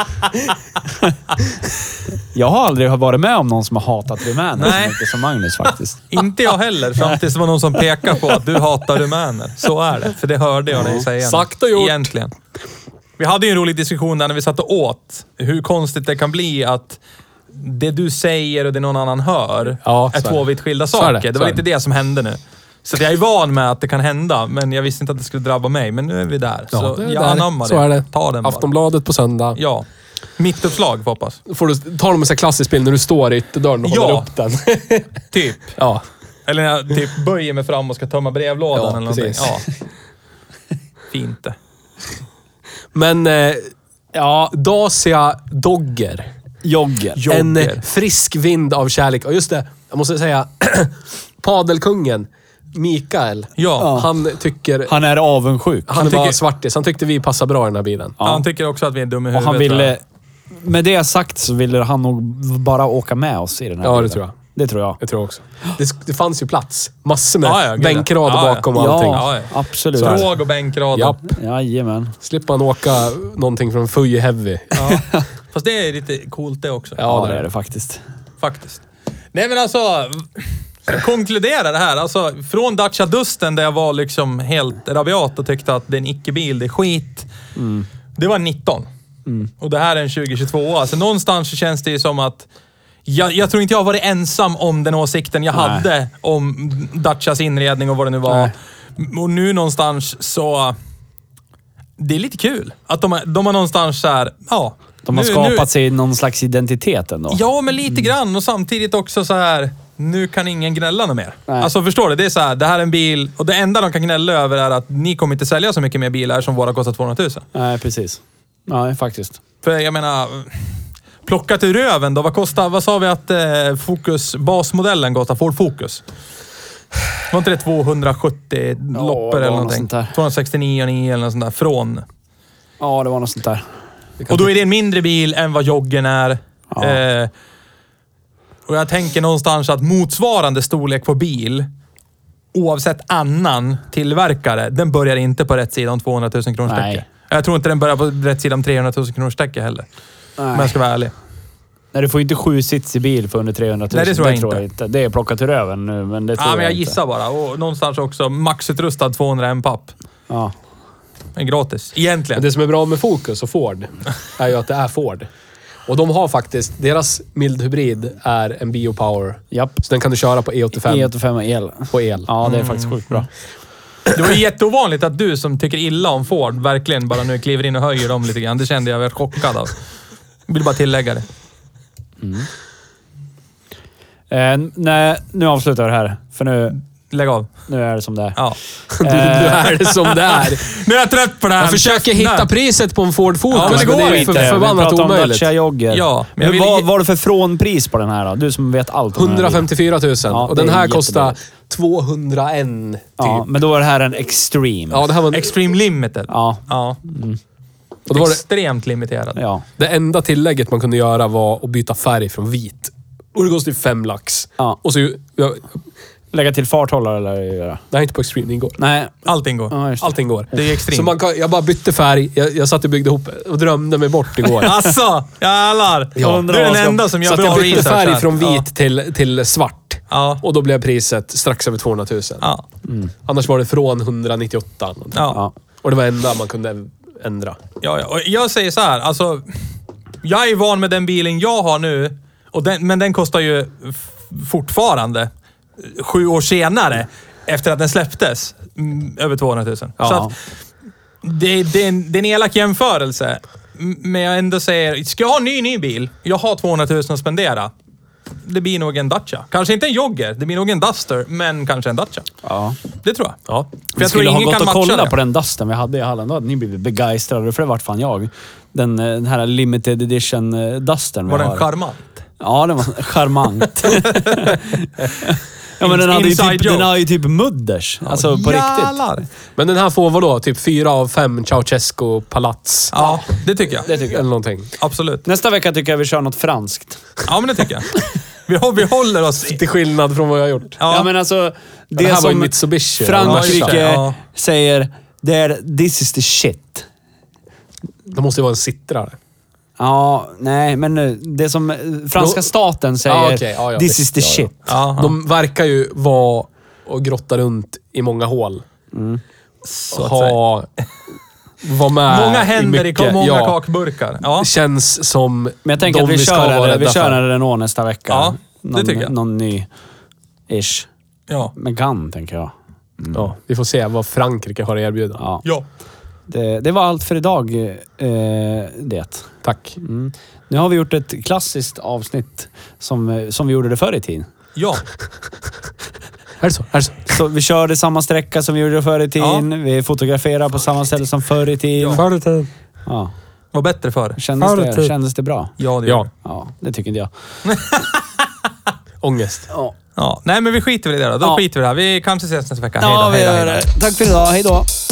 Jag har aldrig varit med om någon som har hatat rumäner Nej. så mycket som Magnus faktiskt. Inte jag heller, fram tills det var någon som pekade på att du hatar rumäner. Så är det, för det hörde jag dig säga. Sagt och gjort. Egentligen. Vi hade ju en rolig diskussion där när vi satt och åt. Hur konstigt det kan bli att det du säger och det någon annan hör Ja, är så är två det. vitt skilda Så är saker. det, Det, så var är lite det. det som hände nu. Så att jag är van med att det kan hända, men jag visste inte att det skulle drabba mig. Men nu är vi där. Ja, så det är jag där. anammar Så det. är det. Ta den bara. Aftonbladet på söndag. Ja. Mitt uppslag, hoppas. Då får du ta dem med så här klassisk bild när du står i ytterdörren och Ja. håller upp den. Typ. Ja. Eller när jag typ böjer mig fram och ska tömma brevlådan Ja, eller någonting. precis. Ja. Fint det. Men eh, ja, Dacia Dogger. Jogger. Jogger. En eh, frisk vind av kärlek. Och just det, jag måste säga, padelkungen Mikael. Ja. Han tycker... Han är avundsjuk. Han är tycker- bara svartis. Han tyckte vi passar bra i den här bilen. Ja. Han tycker också att vi är dumma i Och huvudet. han tror ville... jag. Med det sagt så ville han nog bara åka med oss i den här Ja, det bilen. tror jag. Det tror jag. Jag tror också. Det, det fanns ju plats. Massor med Ja, ja, gud, ja. bänkrader Ja, ja. bakom och allting. Ja, ja. absolut. Tråg och bänkrad. Japp. Jajamän. Slipper man åka någonting från Fuji Heavy. Ja. Fast det är lite coolt det också. Ja, Ja, det det är är det. det faktiskt. Faktiskt. Nej men alltså, jag konkludera det här. Alltså, från Dacia Dusten där jag var liksom helt rabiat och tyckte att det är en icke-bil, det är skit. Mm. Det var nitton. Och det här är en tjugo tjugotvå. Alltså någonstans så känns det ju som att jag, jag tror inte jag har varit ensam om den åsikten jag Nej. hade om Dacias inredning och vad det nu var. Nej. Och nu någonstans så... Det är lite kul. Att de, har- de har någonstans så här, ja... De har nu- skapat nu, sig någon slags identitet ändå. Ja, men lite grann. Och samtidigt också så här... Nu kan ingen gnälla något mer. Nej. Alltså förstår du? Det är så här, det här är en bil och det enda de kan gnälla över är att ni kommer inte sälja så mycket mer bilar som våra kostar tvåhundratusen. Nej, precis. Ja, faktiskt. För jag menar, plockat ur röven då, vad kostar, vad sa vi att eh, Focus, basmodellen kostar, Ford Focus? Var inte det tvåhundrasjuttio Ja, loppor det eller var något någonting? sånt där. tvåhundrasextionio nio eller något sånt där från. Ja, det var något sånt där. Och då är det en mindre bil än vad joggen är. Ja. Eh, och jag tänker någonstans att motsvarande storlek på bil, oavsett annan tillverkare, den börjar inte på rätt sida om tvåhundratusen kronor Nej. stäcke. Jag tror inte den börjar på rätt sida om trehundratusen kronor stäcke heller. Nej. Om jag ska vara ärlig. Nej, du får inte sju sits i bil för under trehundratusen. Nej, det tror jag det tror inte. jag inte. Det är plockat ur röven nu, men det tror Ja, men jag inte. gissar bara. Och någonstans också maxutrustad tvåhundraen papp. Ja. En gratis. Egentligen. Men det som är bra med Focus och Ford är ju att det är Ford. Och de har faktiskt, deras mild hybrid är en biopower. Japp. Så den kan du köra på E åttiofem E åttiofem och el. på el. Ja, det är faktiskt sjukt bra. Det var ju jätteovanligt att du som tycker illa om Ford verkligen bara nu kliver in och höjer dem lite grann. Det kände jag var chockad av. Jag vill bara tillägga det. Eh, nej, nu avslutar vi det här. För nu, Lägg av. nu är det som det är. Ja. Nu är det som det är. Nu är jag trött på det här. Jag försöker hitta Nej. priset på en Ford Focus, Ja, men det går är inte. för, Vi förbannat pratar om omöjligt. Dacia Jogger. Ja, men men jag vill vad ge- var det för frånpris på den här då? Du som vet allt om den här bilen. hundrafemtiofyra tusen. Ja, och det den är här kostar jättebilligt. tvåhundraen typ. Ja, men då är det här en Extreme. Ja, det här var Extreme Limited. Ja. Ja. och då var det, Extremt limiterad. Ja. det enda tillägget man kunde göra var att byta färg från vit. Och det kostade fem lax. Ja. Och så, jag, Lägga till farthållare eller göra? det här är inte på Extreme, det ingår. Nej. Allting går. Ja, just det. Allting går. Det är extremt. Så man kan, jag bara bytte färg. Jag, jag satt och byggde ihop och drömde mig bort igår. Asså! Jävlar! Ja. Du är den enda som Så gör att bra jag bytte research färg här. från vit Ja. till, till svart. Ja. Och då blev priset strax över tvåhundratusen. Ja. Annars var det från hundranittioåtta. någonting. Ja. Ja. Och det var enda man kunde ändra. Ja, ja. Och jag säger så här, alltså... Jag är van med den bilen jag har nu, och den, men den kostar ju f- fortfarande sju år senare, efter att den släpptes, mm, över tvåhundratusen. Ja. Så att, det, det, är en, det är en elak jämförelse. M- Men jag ändå säger, ska jag ha en ny, ny bil, jag har tvåhundratusen att spendera. Det blir nog en Dacia. Kanske inte en Jogger, det blir nog en Duster, men kanske en Dacia. Ja. Det tror jag. Ja. För Vi jag tror skulle ha ingen gått kan och matcha kolla det. på den Dusten vi hade i hallen. Då hade ni blivit begeistrade, för det vart fan jag. Den, eh, den här limited edition eh, Dusten vi Var den har. charmant? Ja, den var charmant. Ja, men den hade, ju Inside typ, joke. den har ju typ mudders. Alltså på riktigt. Jävlar. Men den här får vadå? Typ fyra av fem Ceausescu palats. Ja, det tycker jag. Det tycker Eller jag. någonting. Absolut. Nästa vecka tycker jag vi kör något franskt. Ja, men det tycker jag. Vi, hå- vi håller oss... Till skillnad från vad jag har gjort. Ja, Ja, men alltså... Det, Det här var ju som Mitsubishi. Frankrike Ja, ja. säger, det är this is the shit. Det måste ju vara en Citra. Ja, nej, men nu, det som eh, franska Då- staten säger, Ja, okej, ja, ja, this visst, is the ja, ja. shit. Ja, De verkar ju vara och grotta runt i många hål. så att säga. Ha... Var med Många händer i mycket. många Ja. kakburkar. Ja. Det känns som Men jag tänker de att vi ska kör, vara en, vi rädda kör för. en Renault nästa vecka. Ja, det någon, tycker jag. Någon ny ish. Ja. Megane, tänker jag. Ja, vi får se vad Frankrike har att erbjuda. Ja. Ja. Det, det var allt för idag, eh, det. Tack. Mm. Nu har vi gjort ett klassiskt avsnitt som, som vi gjorde det förr i tiden. Ja. Är det så? Är det så? Så vi körde samma sträcka som vi gjorde det förr i tiden. Vi fotograferar på samma ställe som förr i tiden. Förr i tiden. Ja. Var bättre förr. Kändes, Förr i det, tiden. kändes det bra? Ja, det Ja. gör det. Ja, det tycker inte jag. Ångest. Ja, Ja. Nej, men vi skiter väl i det då. Då Ja. skiter vi i det här. Vi kanske ses nästa vecka. ja Hej då, vi hej då, gör hej det. då. Tack för idag. Hej då!